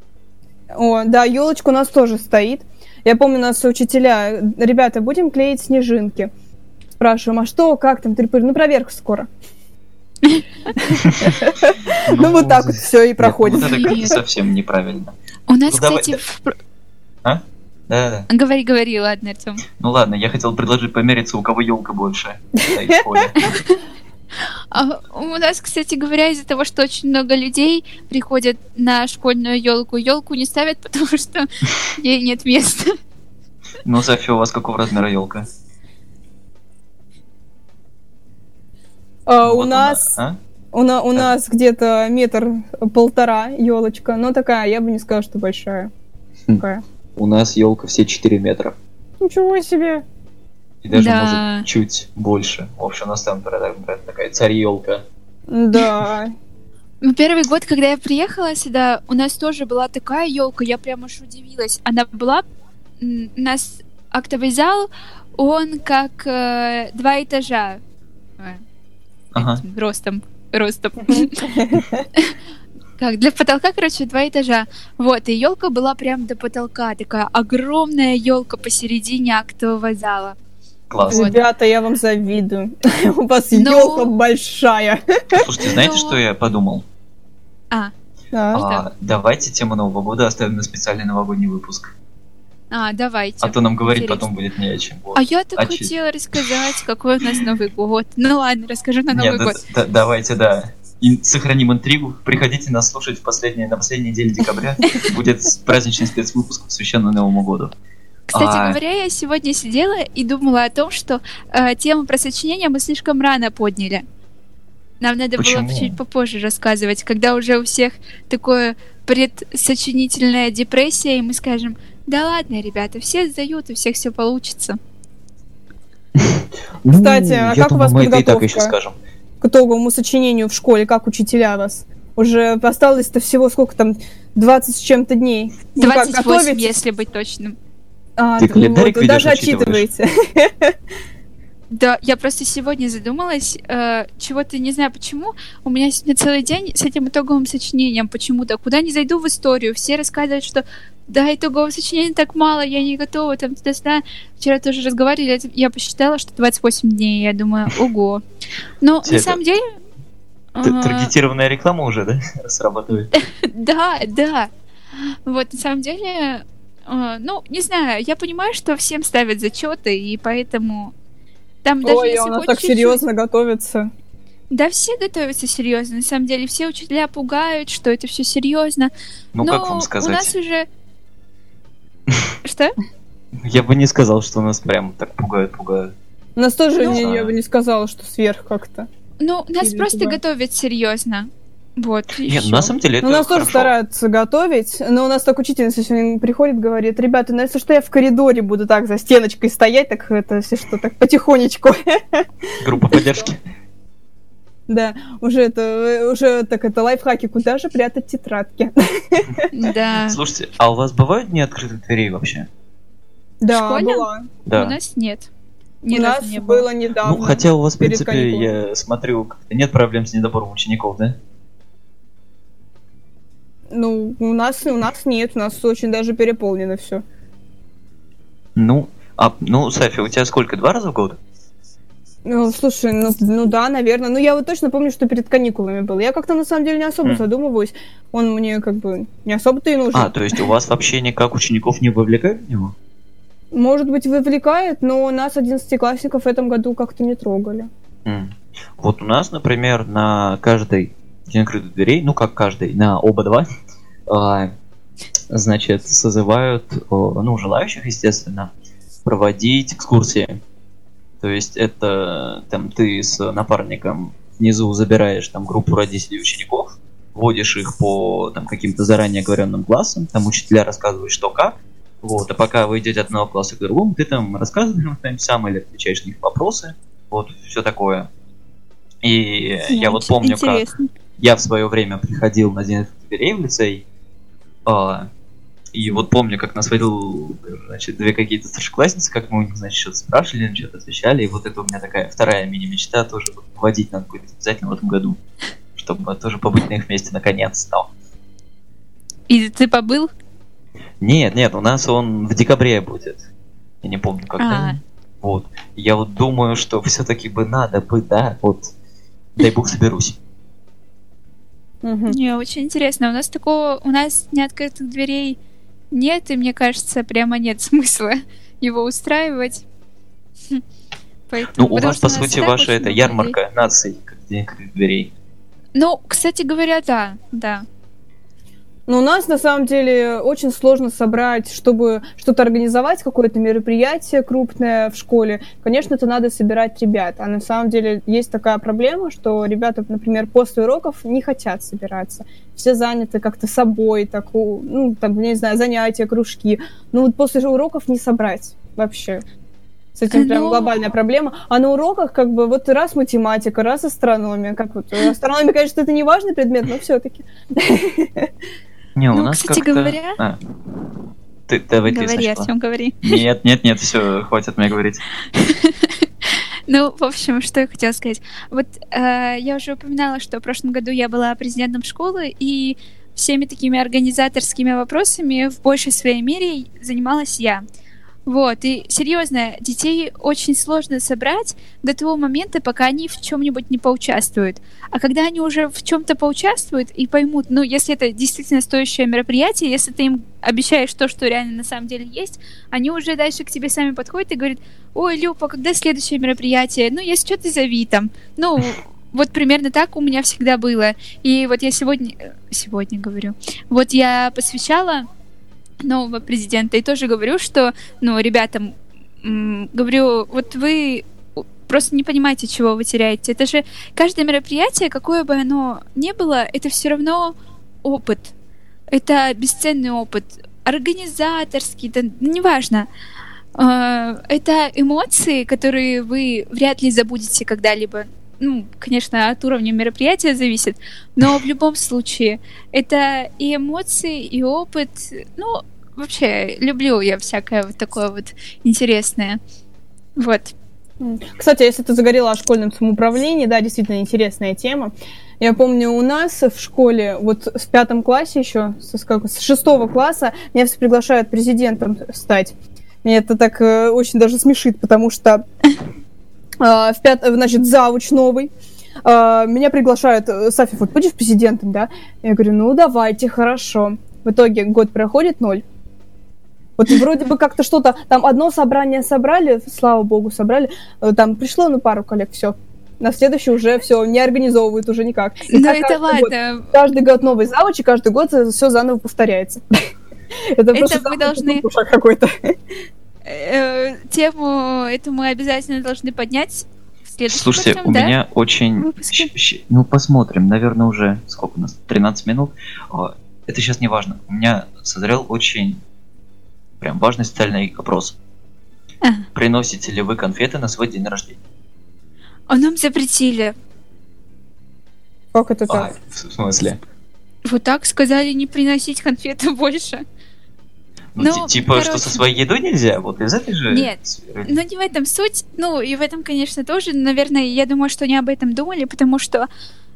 О, да, елочка у нас тоже стоит. Я помню, у нас учителя, ребята, будем клеить снежинки. Спрашиваем, а что, как там, трипырь? Ну, проверка скоро. Ну, вот так вот все и Нет, проходит. вот это как-то Нет. совсем неправильно. У нас, Ну, давай, кстати, да. в пр- Да-да. говори, говори, ладно, Артем. Ну ладно, я хотел предложить помериться, у кого елка больше стоит в холле. А у нас, кстати говоря, из-за того, что очень много людей приходят на школьную елку, елку не ставят, потому что ей нет места. Ну, София, у вас какого размера елка? А, У нас у на- у нас где-то метр полтора елочка, но такая, я бы не сказала, что большая. Хм. Такая. У нас елка все четыре метра. Ничего себе. И даже, Да. может, чуть больше. В общем, у нас там прям такая царь-елка. Да. Ну, первый год, когда я приехала сюда, у нас тоже была такая елка, я прям аж удивилась. Она была... м, У нас актовый зал, он как э, два этажа. Э, Ага. этим Ростом. Ростом. Как, для потолка, короче, два этажа. Вот, и елка была прям до потолка. Такая огромная елка посередине актового зала. Класс. Вот. Ребята, я вам завидую. У вас Ну. елка большая. Слушайте, знаете, Ну. что я подумал? А, Да. А, давайте тему Нового года оставим на специальный новогодний выпуск. а, давайте. А то нам говорить Интересно. потом будет не о чем. Вот. А я так А чё- хотела рассказать, какой у нас Новый год. Ну ладно, расскажу на Новый Нет, да- год. да- давайте, да. И сохраним интригу. Приходите нас слушать в последние, на последней неделе декабря. Будет праздничный спецвыпуск, посвященный Новому году. Кстати А. говоря, я сегодня сидела и думала о том, что э, тему про сочинение мы слишком рано подняли. Нам надо Почему? было чуть попозже рассказывать, когда уже у всех такое предсочинительная депрессия, и мы скажем, да ладно, ребята, все сдают, у всех все получится. Кстати, а я как у думаю, вас мы это и так подготовка? еще скажем. К итоговому сочинению в школе, как учителя вас? Уже осталось-то всего сколько там, двадцать с чем-то дней. Ну как, двадцать восемь, готовитесь? если быть точным. А, Ты ну календарик вот, ведёшь, даже отчитываешь? отчитываете. Да, я просто сегодня задумалась, э, чего-то не знаю почему. У меня сегодня целый день с этим итоговым сочинением почему-то. Куда ни зайду в историю, все рассказывают, что да, итогового сочинения так мало, я не готова, там, туда-сюда. Вчера тоже разговаривали, я посчитала, что двадцать восемь дней, я думаю, ого. Но Тебе на это- самом деле... Т- э, Таргетированная реклама уже, да, срабатывает? Да, да. Вот, на самом деле, э, ну, не знаю, я понимаю, что всем ставят зачеты, и поэтому там даже Ой, если у нас хоть так чуть-чуть- серьезно готовится. Да все готовятся серьезно, на самом деле. Все учителя пугают, что это все серьезно. Ну, Но как вам сказать? у нас уже... Что? Я бы не сказал, что нас прям так пугают-пугают. Нас тоже, Ну, не, а- я бы не сказала, что сверх как-то. Ну, нас Или просто туда. готовят серьезно. Вот, и Нет, всё. на самом деле это Ну, нас тоже хорошо. стараются готовить, но у нас так учительница сегодня приходит, говорит: ребята, ну если что, я в коридоре буду так за стеночкой стоять, так это, если что, так потихонечку. Группа поддержки. Да, уже это, уже так это лайфхаки, куда же прятать тетрадки. Да. Слушайте, а у вас бывают дни открытых дверей вообще? Да, школе? была. Да. У нас нет. Ни У разу нас не было. было недавно. Ну, хотя у вас, в перед принципе, каникулами. я смотрю, как-то нет проблем с недобором учеников, да? Ну, у нас, у нас нет, у нас очень даже переполнено все. Ну, а, ну, Софи, у тебя сколько, два раза в год? Ну, слушай, ну, ну да, наверное. Ну, я вот точно помню, что перед каникулами было. Я как-то на самом деле не особо М. задумываюсь. Он мне как бы не особо-то и нужен. А, то есть у вас вообще никак учеников не вовлекают в него? Может быть, вовлекает, но нас, одиннадцатиклассников, в этом году как-то не трогали. М. Вот у нас, например, на каждой день открытых дверей, ну как каждый, на оба два, а, значит, созывают, о, ну, желающих, естественно, проводить экскурсии. То есть это там ты с напарником внизу забираешь там группу родителей и учеников, водишь их по там каким-то заранее оговоренным классам, там учителя рассказывают, что как. Вот, а пока вы идете от одного класса к другому, ты там рассказываешь им что-нибудь сам или отвечаешь на их вопросы. Вот, все такое. И я вот помню, как Интересно. я в свое время приходил на день открытых дверей в лицей, а, и вот помню, как нас водил, значит, две какие-то старшеклассницы, как мы у них, значит, что-то спрашивали, что-то отвечали, и вот это у меня такая вторая мини-мечта, тоже вот водить надо будет обязательно в этом году, чтобы тоже побыть на их месте наконец-то. И ты побыл? Нет, нет, у нас он в декабре будет. Я не помню, когда. А. Вот. Я вот думаю, что все-таки бы надо бы, да, вот, дай бог соберусь. Мгм. Не, очень интересно. У нас такого, у нас неоткрытых дверей нет, и мне кажется, прямо нет смысла его устраивать. Хм. Поэтому, Ну, у потому вас, что по у нас и сути, так ваша очень это много людей. ярмарка наций, как день открытых дверей. Ну, кстати говоря, да, да. Но у нас, на самом деле, очень сложно собрать, чтобы что-то организовать, какое-то мероприятие крупное в школе. Конечно, это надо собирать ребят. А на самом деле есть такая проблема, что ребята, например, после уроков не хотят собираться. Все заняты как-то собой, так, у- ну, там, не знаю, занятия, кружки. Ну, вот после уроков не собрать вообще. С этим прям Ну- глобальная проблема. А на уроках как бы вот раз математика, раз астрономия. Как вот, астрономия, конечно, это не важный предмет, но все-таки. Не, у Ну, нас кстати как-то... говоря- А. Ты, давай ты Говори, сначала. Артём, говори. Нет, нет, нет, все, хватит мне говорить. Ну, в общем, что я хотела сказать. Вот э, я уже упоминала, что в прошлом году я была президентом школы, и всеми такими организаторскими вопросами в большей своей мере занималась я. Вот, и серьезно, детей очень сложно собрать до того момента, пока они в чем-нибудь не поучаствуют. А когда они уже в чем-то поучаствуют и поймут, ну, если это действительно стоящее мероприятие, если ты им обещаешь то, что реально на самом деле есть, они уже дальше к тебе сами подходят и говорят: ой, Люпа, когда следующее мероприятие? Ну, если что, ты зови там. Ну, вот примерно так у меня всегда было. И вот я сегодня... э, Сегодня говорю. Вот я посвящала нового президента и тоже говорю, что, ну, ребятам, м, говорю, вот вы просто не понимаете, чего вы теряете. Это же каждое мероприятие, какое бы оно ни было, это все равно опыт. Это бесценный опыт. Организаторский, да, неважно. Э, Это эмоции, которые вы вряд ли забудете когда-либо. Ну, конечно, от уровня мероприятия зависит, но в любом случае это и эмоции, и опыт. Ну, вообще, люблю я всякое вот такое вот интересное. Вот. Кстати, если ты заговорила о школьном самоуправлении, да, действительно интересная тема. Я помню, у нас в школе, вот в пятом классе еще, с, как, с шестого класса, меня все приглашают президентом стать. Меня это так э, очень даже смешит, потому что э, в пят... значит, завуч новый. Э, меня приглашают: Сафи, вот будешь президентом, да? Я говорю: ну давайте, хорошо. В итоге год проходит, ноль. Вот вроде бы как-то что-то, там одно собрание собрали, слава богу, собрали, там пришло, ну, пару коллег, все. на следующий уже все не организовывают уже никак. Ну это ладно. Год, каждый год новый завуч, и каждый год все заново повторяется. Это просто мы должны какой-то. Тему эту мы обязательно должны поднять. Слушайте, у да? меня очень... Щ- щ- ну, посмотрим. Наверное, уже... Сколько у нас? тринадцать минут. Это сейчас не важно. У меня созрел очень... Прям важный социальный вопрос. А. Приносите ли вы конфеты на свой день рождения? А нам запретили. Как это так? А, в смысле? Вот так сказали не приносить конфеты больше. Ну, ну типа, короче... что со своей едой нельзя? Вот из этой же... Нет, ну не в этом суть. Ну, и в этом, конечно, тоже. Наверное, я думаю, что они об этом думали, потому что,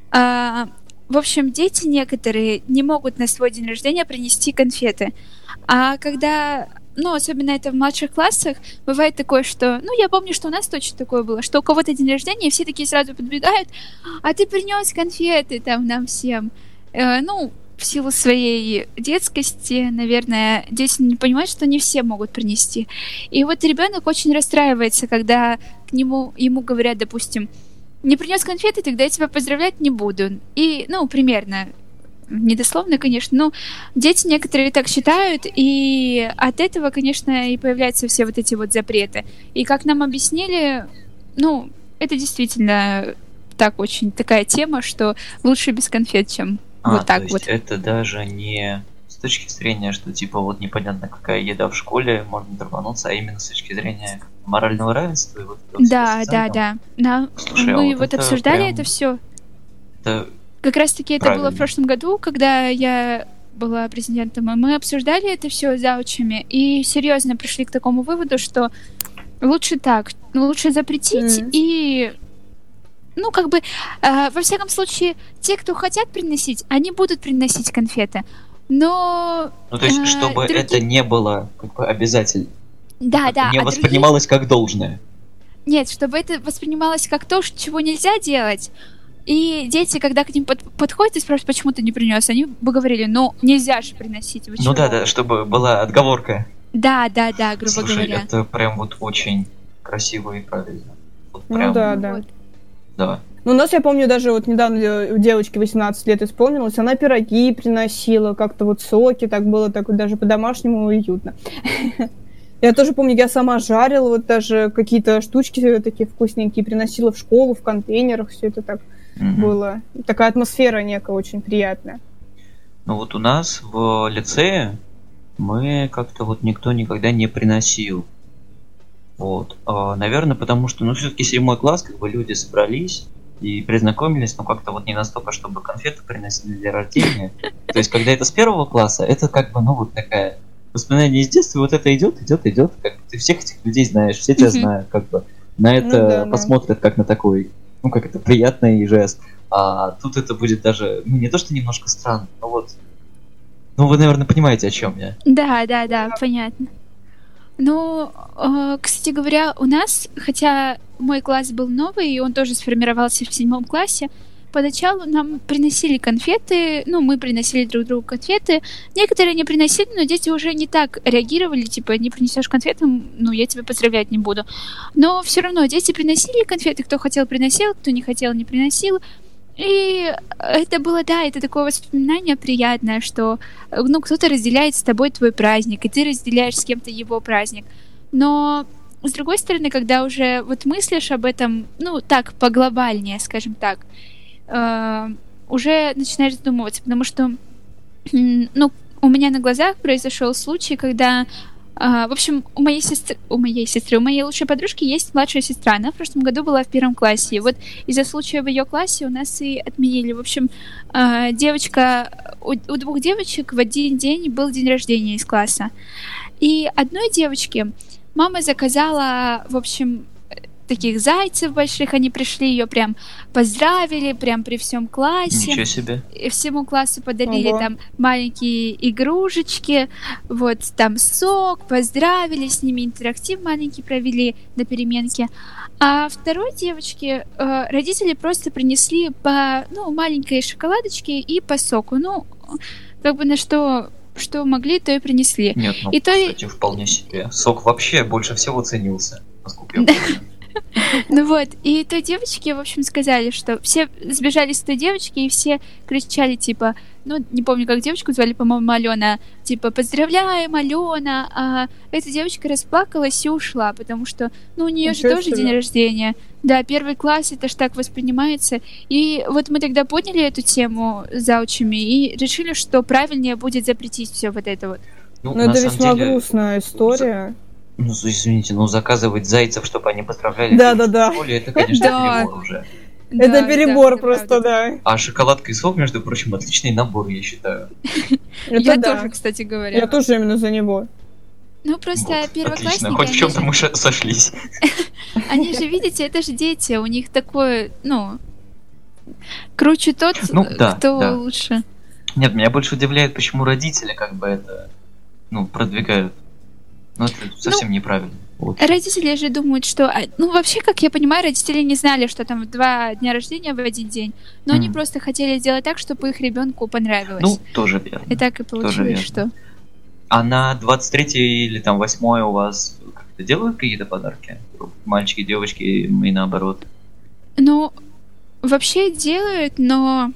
э, в общем, дети некоторые не могут на свой день рождения принести конфеты. А когда, ну, особенно это в младших классах, бывает такое, что... Ну, я помню, что у нас точно такое было, что у кого-то день рождения, и все такие сразу подбегают, а ты принес конфеты там нам всем. Э, ну... В силу своей детскости, наверное, дети не понимают, что не все могут принести. И вот ребенок очень расстраивается, когда к нему ему говорят, допустим, не принес конфеты, тогда я тебя поздравлять не буду. И, ну, примерно, недословно, конечно, но дети некоторые так считают, и от этого, конечно, и появляются все вот эти вот запреты. И как нам объяснили, ну, это действительно так очень такая тема, что лучше без конфет, чем А, вот так то есть вот. Это даже не с точки зрения, что типа вот непонятно какая еда в школе, можно тормануться, а именно с точки зрения морального равенства. И вот да, да, да, да. Слушай, мы а вот вот это обсуждали прям... это все. Это как раз таки это правильно. было в прошлом году, когда я была президентом, и мы обсуждали это все с заучами, и серьезно пришли к такому выводу, что лучше так, лучше запретить mm. и ну, как бы, э, во всяком случае, те, кто хотят приносить, они будут приносить конфеты. Но... Ну, то есть, э, чтобы другие... это не было как бы обязательно. Да, да. Не а воспринималось другие... как должное. Нет, чтобы это воспринималось как то, чего нельзя делать. И дети, когда к ним под, подходят и спрашивают, почему ты не принес, они бы говорили, ну, нельзя же приносить. Вы ну чего? да, да, чтобы была отговорка. Да, да, да, грубо Слушай, говоря. это прям вот очень красиво и правильно. Вот ну прям... да, да. Да. Ну, у нас, я помню, даже вот недавно у девочки восемнадцать лет исполнилось, она пироги приносила, как-то вот соки, так было так вот даже по-домашнему уютно. Я тоже помню, я сама жарила, вот даже какие-то штучки такие вкусненькие приносила в школу, в контейнерах, все это так было. Такая атмосфера некая очень приятная. Ну вот у нас в лицее мы как-то вот никто никогда не приносил. Вот. А, наверное, потому что, ну, все-таки седьмой класс, как бы люди собрались и признакомились, но как-то вот не настолько, чтобы конфеты приносили для рождения. То есть, когда это с первого класса, это как бы, ну, вот такая воспоминание из детства, вот это идет, идет, идет, как бы ты всех этих людей знаешь, все тебя знают, как бы на это ну, да, посмотрят да. как на такой, ну, как это приятный жест. А тут это будет даже, ну, не то, что немножко странно, но вот, ну, вы, наверное, понимаете, о чем я. Да, да, да, понятно. Ну, э, кстати говоря, у нас, хотя мой класс был новый, и он тоже сформировался в седьмом классе, поначалу нам приносили конфеты, ну, мы приносили друг другу конфеты. Некоторые не приносили, но дети уже не так реагировали, типа, не принесешь конфеты, ну, я тебя поздравлять не буду. Но все равно дети приносили конфеты, кто хотел, приносил, кто не хотел, не приносил. И это было, да, это такое воспоминание приятное, что, ну, кто-то разделяет с тобой твой праздник, и ты разделяешь с кем-то его праздник. Но, с другой стороны, когда уже вот мыслишь об этом, ну, так, поглобальнее, скажем так, э, уже начинаешь задумываться, потому что, ну, у меня на глазах произошел случай, когда Uh, в общем, у моей сестры, у моей сестры, у моей лучшей подружки есть младшая сестра. Она в прошлом году была в первом классе. И вот из-за случая в ее классе у нас и отменили. В общем, uh, девочка, у, у двух девочек в один день был день рождения из класса. И одной девочке мама заказала, в общем, таких зайцев больших, они пришли, ее прям поздравили, прям при всем классе. Ничего себе. И всему классу подарили Ого. Там маленькие игрушечки, вот там сок, поздравили, с ними интерактив маленький провели на переменке. А второй девочке э, родители просто принесли по, ну, маленькой шоколадочке и по соку. Ну, как бы на что... что могли, то и принесли. Нет, ну, и кстати, то... вполне себе. Сок вообще больше всего ценился, насколько я помню. Ну вот, и той девочке, в общем, сказали, что все сбежали с той девочки, и все кричали, типа, ну, не помню, как девочку звали, по-моему, Алена, типа, поздравляем, Алена, а эта девочка расплакалась и ушла, потому что, ну, у нее же тоже день рождения. Да, первый класс, это ж так воспринимается. И вот мы тогда подняли эту тему с заучами и решили, что правильнее будет запретить все вот это вот. Ну, это весьма деле... грустная история. Ну, извините, ну заказывать зайцев, чтобы они поздравляли. Да, да, да. Это, конечно, перебор уже. Это перебор просто, да. А шоколадка и сок, между прочим, отличный набор, я считаю. Я тоже, кстати говоря. Я тоже именно за него. Ну, просто первоклассники... Отлично, хоть в чем-то мы сошлись. Они же, видите, это же дети, у них такое, ну... Круче тот, кто лучше. Нет, меня больше удивляет, почему родители как бы это, ну, продвигают. Ну, это совсем ну, неправильно. Вот. Родители же думают, что... Ну, вообще, как я понимаю, родители не знали, что там два дня рождения в один день, но mm. они просто хотели сделать так, чтобы их ребенку понравилось. Ну, тоже верно. И так и получилось, что... А на двадцать третье или там восьмое у вас как-то делают какие-то подарки? Мальчики, девочки и наоборот? Ну, вообще делают, но...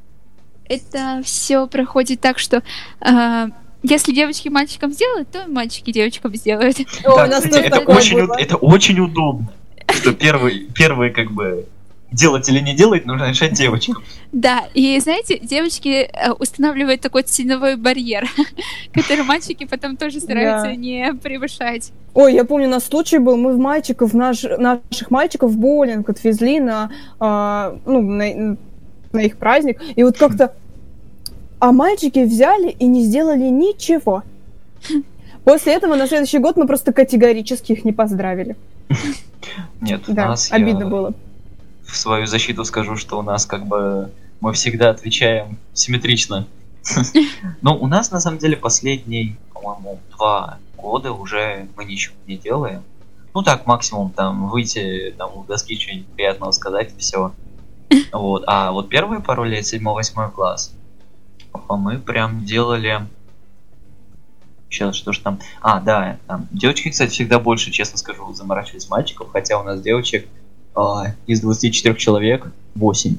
Это все проходит так, что... Э, Если девочки мальчикам сделают, то мальчики девочкам сделают. О, да, это, очень, это очень удобно. Что первый, первый как бы делать или не делать, нужно решать девочкам. Да, и знаете, девочки устанавливают такой ценовой барьер, который мальчики потом тоже стараются не превышать. Ой, я помню, у нас случай был, мы в мальчиков, наш, наших мальчиков в боулинг отвезли на, а, ну, на, на их праздник, и вот как-то а мальчики взяли и не сделали ничего. После этого на следующий год мы просто категорически их не поздравили. Нет, у да, нас обидно я было. В свою защиту скажу, что у нас как бы мы всегда отвечаем симметрично. Но у нас на самом деле последние, по-моему, два года уже мы ничего не делаем. Ну так, максимум там выйти там у доски что-нибудь приятного сказать и все. Вот. А вот первые пару лет, седьмой-восьмой класс, мы прям делали... Сейчас, что ж там... А, да, там... Девочки, кстати, всегда больше, честно скажу, заморачивались мальчиков, хотя у нас девочек а, из двадцати четырёх человек восемь.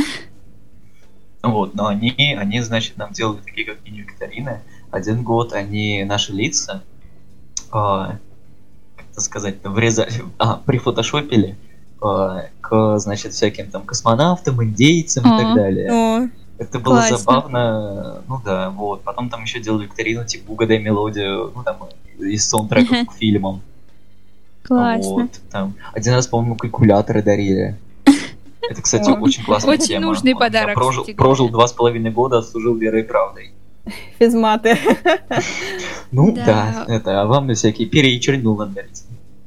Вот, но они, они, значит, нам делали такие как мини-викторины. Один год они наши лица, а, как-то сказать, врезали, а, прифотошопили а, к, значит, всяким там космонавтам, индейцам и так далее. Это было Классно. Забавно, ну да, вот. Потом там еще делали викторину, типа угадай мелодию, ну там из саундтреков к фильмам. Классно. Вот, там. Один раз, по-моему, калькуляторы дарили. Это, кстати, очень классная очень тема. Очень нужный Он, подарок. Я прожил, прожил два с половиной года, отслужил верой и правдой. Физматы. Ну да, это, а вам всякие перья и чернил надо дарить.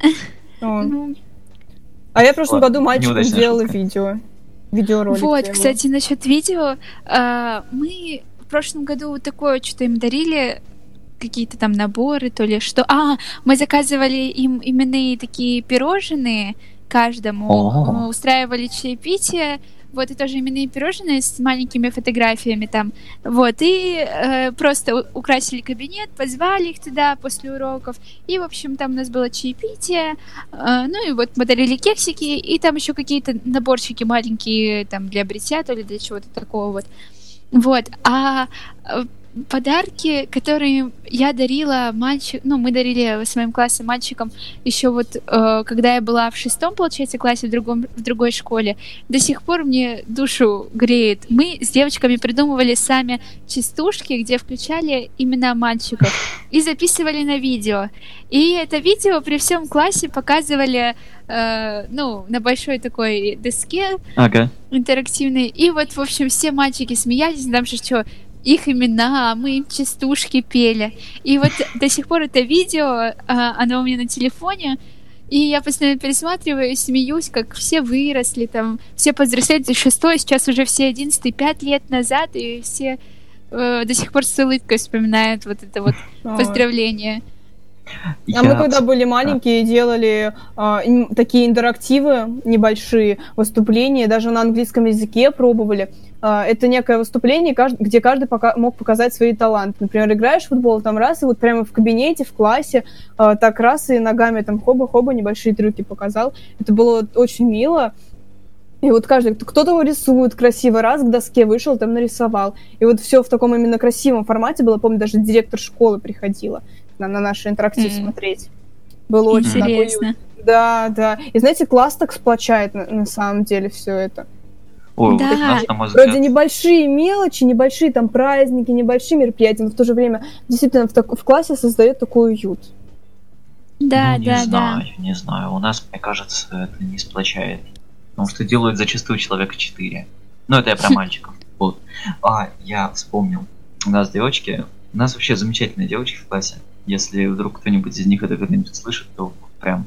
А я в прошлом году мальчикам сделала видео. Видеоролик. Вот, прямо. Кстати, насчет видео, э, мы в прошлом году вот такое что-то им дарили, какие-то там наборы, то ли что. А, мы заказывали им именные такие пирожные каждому, О-о-о. Мы устраивали чаепитие, вот, и тоже именные пирожные с маленькими фотографиями там, вот, и э, просто украсили кабинет, позвали их туда после уроков, и, в общем, там у нас было чаепитие, э, ну, и вот мы дарили кексики, и там еще какие-то наборчики маленькие, там, для бритья, то ли для чего-то такого вот, вот, а подарки, которые я дарила мальчик, ну, мы дарили в своем классе мальчикам еще вот, э, когда я была в шестом, получается, классе в, другом, в другой школе, до сих пор мне душу греет. Мы с девочками придумывали сами частушки, где включали имена мальчиков и записывали на видео. И это видео при всем классе показывали, э, ну, на большой такой доске ага. интерактивной. И вот, в общем, все мальчики смеялись, там же что... их имена, мы им частушки пели. И вот до сих пор это видео, оно у меня на телефоне, и я постоянно пересматриваю и смеюсь, как все выросли, там, все повзрослели, шестой, сейчас уже все одиннадцатый, пять лет назад, и все э, до сих пор с улыбкой вспоминают вот это вот поздравление. А Я мы когда вс- были да. маленькие, делали а, ин- такие интерактивы, небольшие выступления, даже на английском языке пробовали. А, это некое выступление, кажд- где каждый пока- мог показать свои таланты. Например, играешь в футбол, там раз, и вот прямо в кабинете, в классе, а, так раз, и ногами там хоба-хоба небольшие трюки показал. Это было очень мило. И вот каждый, кто-то рисует красиво, раз к доске вышел, там нарисовал. И вот все в таком именно красивом формате было. Помню, даже директор школы приходила на, на наш интерактив М. смотреть. Было очень такой Интересно. уют. Да, да. И знаете, класс так сплочает на, на самом деле все это. Ой, вот Да. у нас, на мой Вроде взгляд, небольшие мелочи, небольшие там праздники, небольшие мероприятия, но в то же время действительно в, так- в классе создает такой уют. Да, ну, не да, да. знаю, не знаю. У нас, мне кажется, это не сплочает. Потому что делают зачастую человека четыре. Ну, это я про мальчиков. Вот. А, я вспомнил. У нас девочки, у нас вообще замечательные девочки в классе. Если вдруг кто-нибудь из них это когда-нибудь слышит, то прям...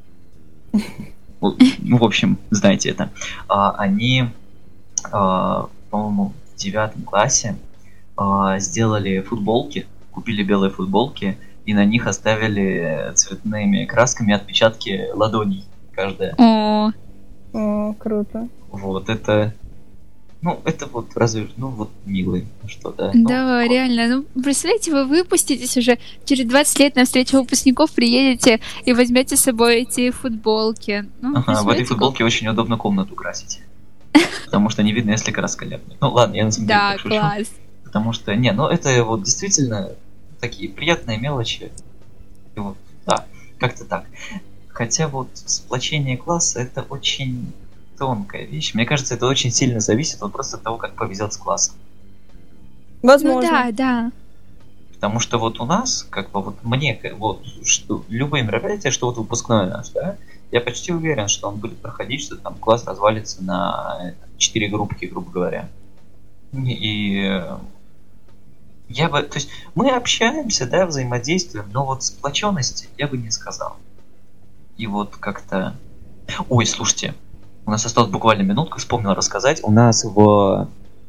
Ну, в общем, знаете это. А, они, а, по-моему, в девятом классе а, сделали футболки, купили белые футболки, и на них оставили цветными красками отпечатки ладоней каждая. О, О, круто. Вот, это... Ну, это вот разве... Ну, вот милый что-то. Ну, да, реально. Ну, представляете, вы выпуститесь уже через двадцать лет на встречу выпускников, приедете и возьмете с собой эти футболки. Ну, Ага, в этой представляете, футболке очень удобно комнату красить. Потому что не видно, если краска ляпнет. Ну ладно, я на самом деле да, так шучу. класс. Потому что, не, ну это вот действительно такие приятные мелочи. И вот, да, как-то так. Хотя вот сплочение класса это очень тонкая вещь. Мне кажется, это очень сильно зависит вот просто от того, как повезет с классом. Ну Возможно. да, да. Потому что вот у нас, как бы вот мне, как- вот что любые мероприятия, что вот выпускной наш, да, я почти уверен, что он будет проходить, что там класс развалится на четыре группки, грубо говоря. И э, я бы, то есть мы общаемся, да, взаимодействуем, но вот сплоченности я бы не сказал. И вот как-то... Ой, слушайте, у нас осталась буквально минутка, вспомнил рассказать. У нас в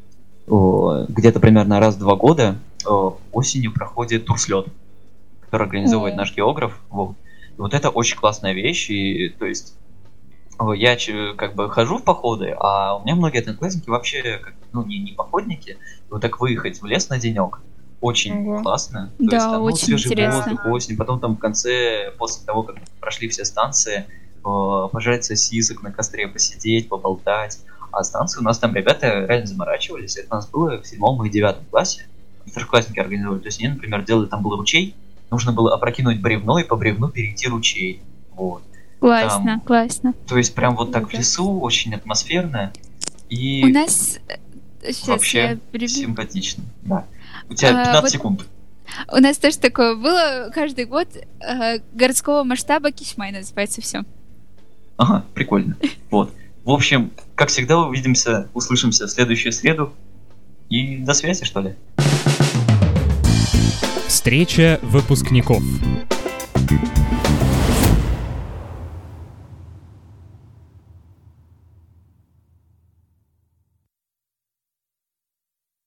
о, где-то примерно раз в два года о, осенью проходит турслет, который организовывает О. наш географ. Вот. И вот это очень классная вещь. И, то есть о, я ч- как бы хожу в походы, а у меня многие одноклассники вообще как, ну, не, не походники. И вот так выехать в лес на денек очень Ого. классно. Да, То есть, там, ну, очень свежий интересно. воздух, осень. Потом там в конце, после того, как прошли все станции, э, пожарить сосисок на костре, посидеть, поболтать. А станции у нас там ребята реально заморачивались. Это у нас было в седьмом и девятом классе. Старшеклассники организовали. То есть они, например, делали, там был ручей, нужно было опрокинуть бревно и по бревну перейти ручей. Вот. Классно, Там- классно. То есть прям вот так в Круто. лесу, очень атмосферно и У нас... Сейчас вообще я перебью. симпатично. Да. У тебя А, пятнадцать вот- секунд. У нас тоже такое было каждый год э, городского масштаба Кишмай называется все. Ага, прикольно. Вот. В общем, как всегда, увидимся, услышимся в следующую среду. И до связи, что ли. Встреча выпускников.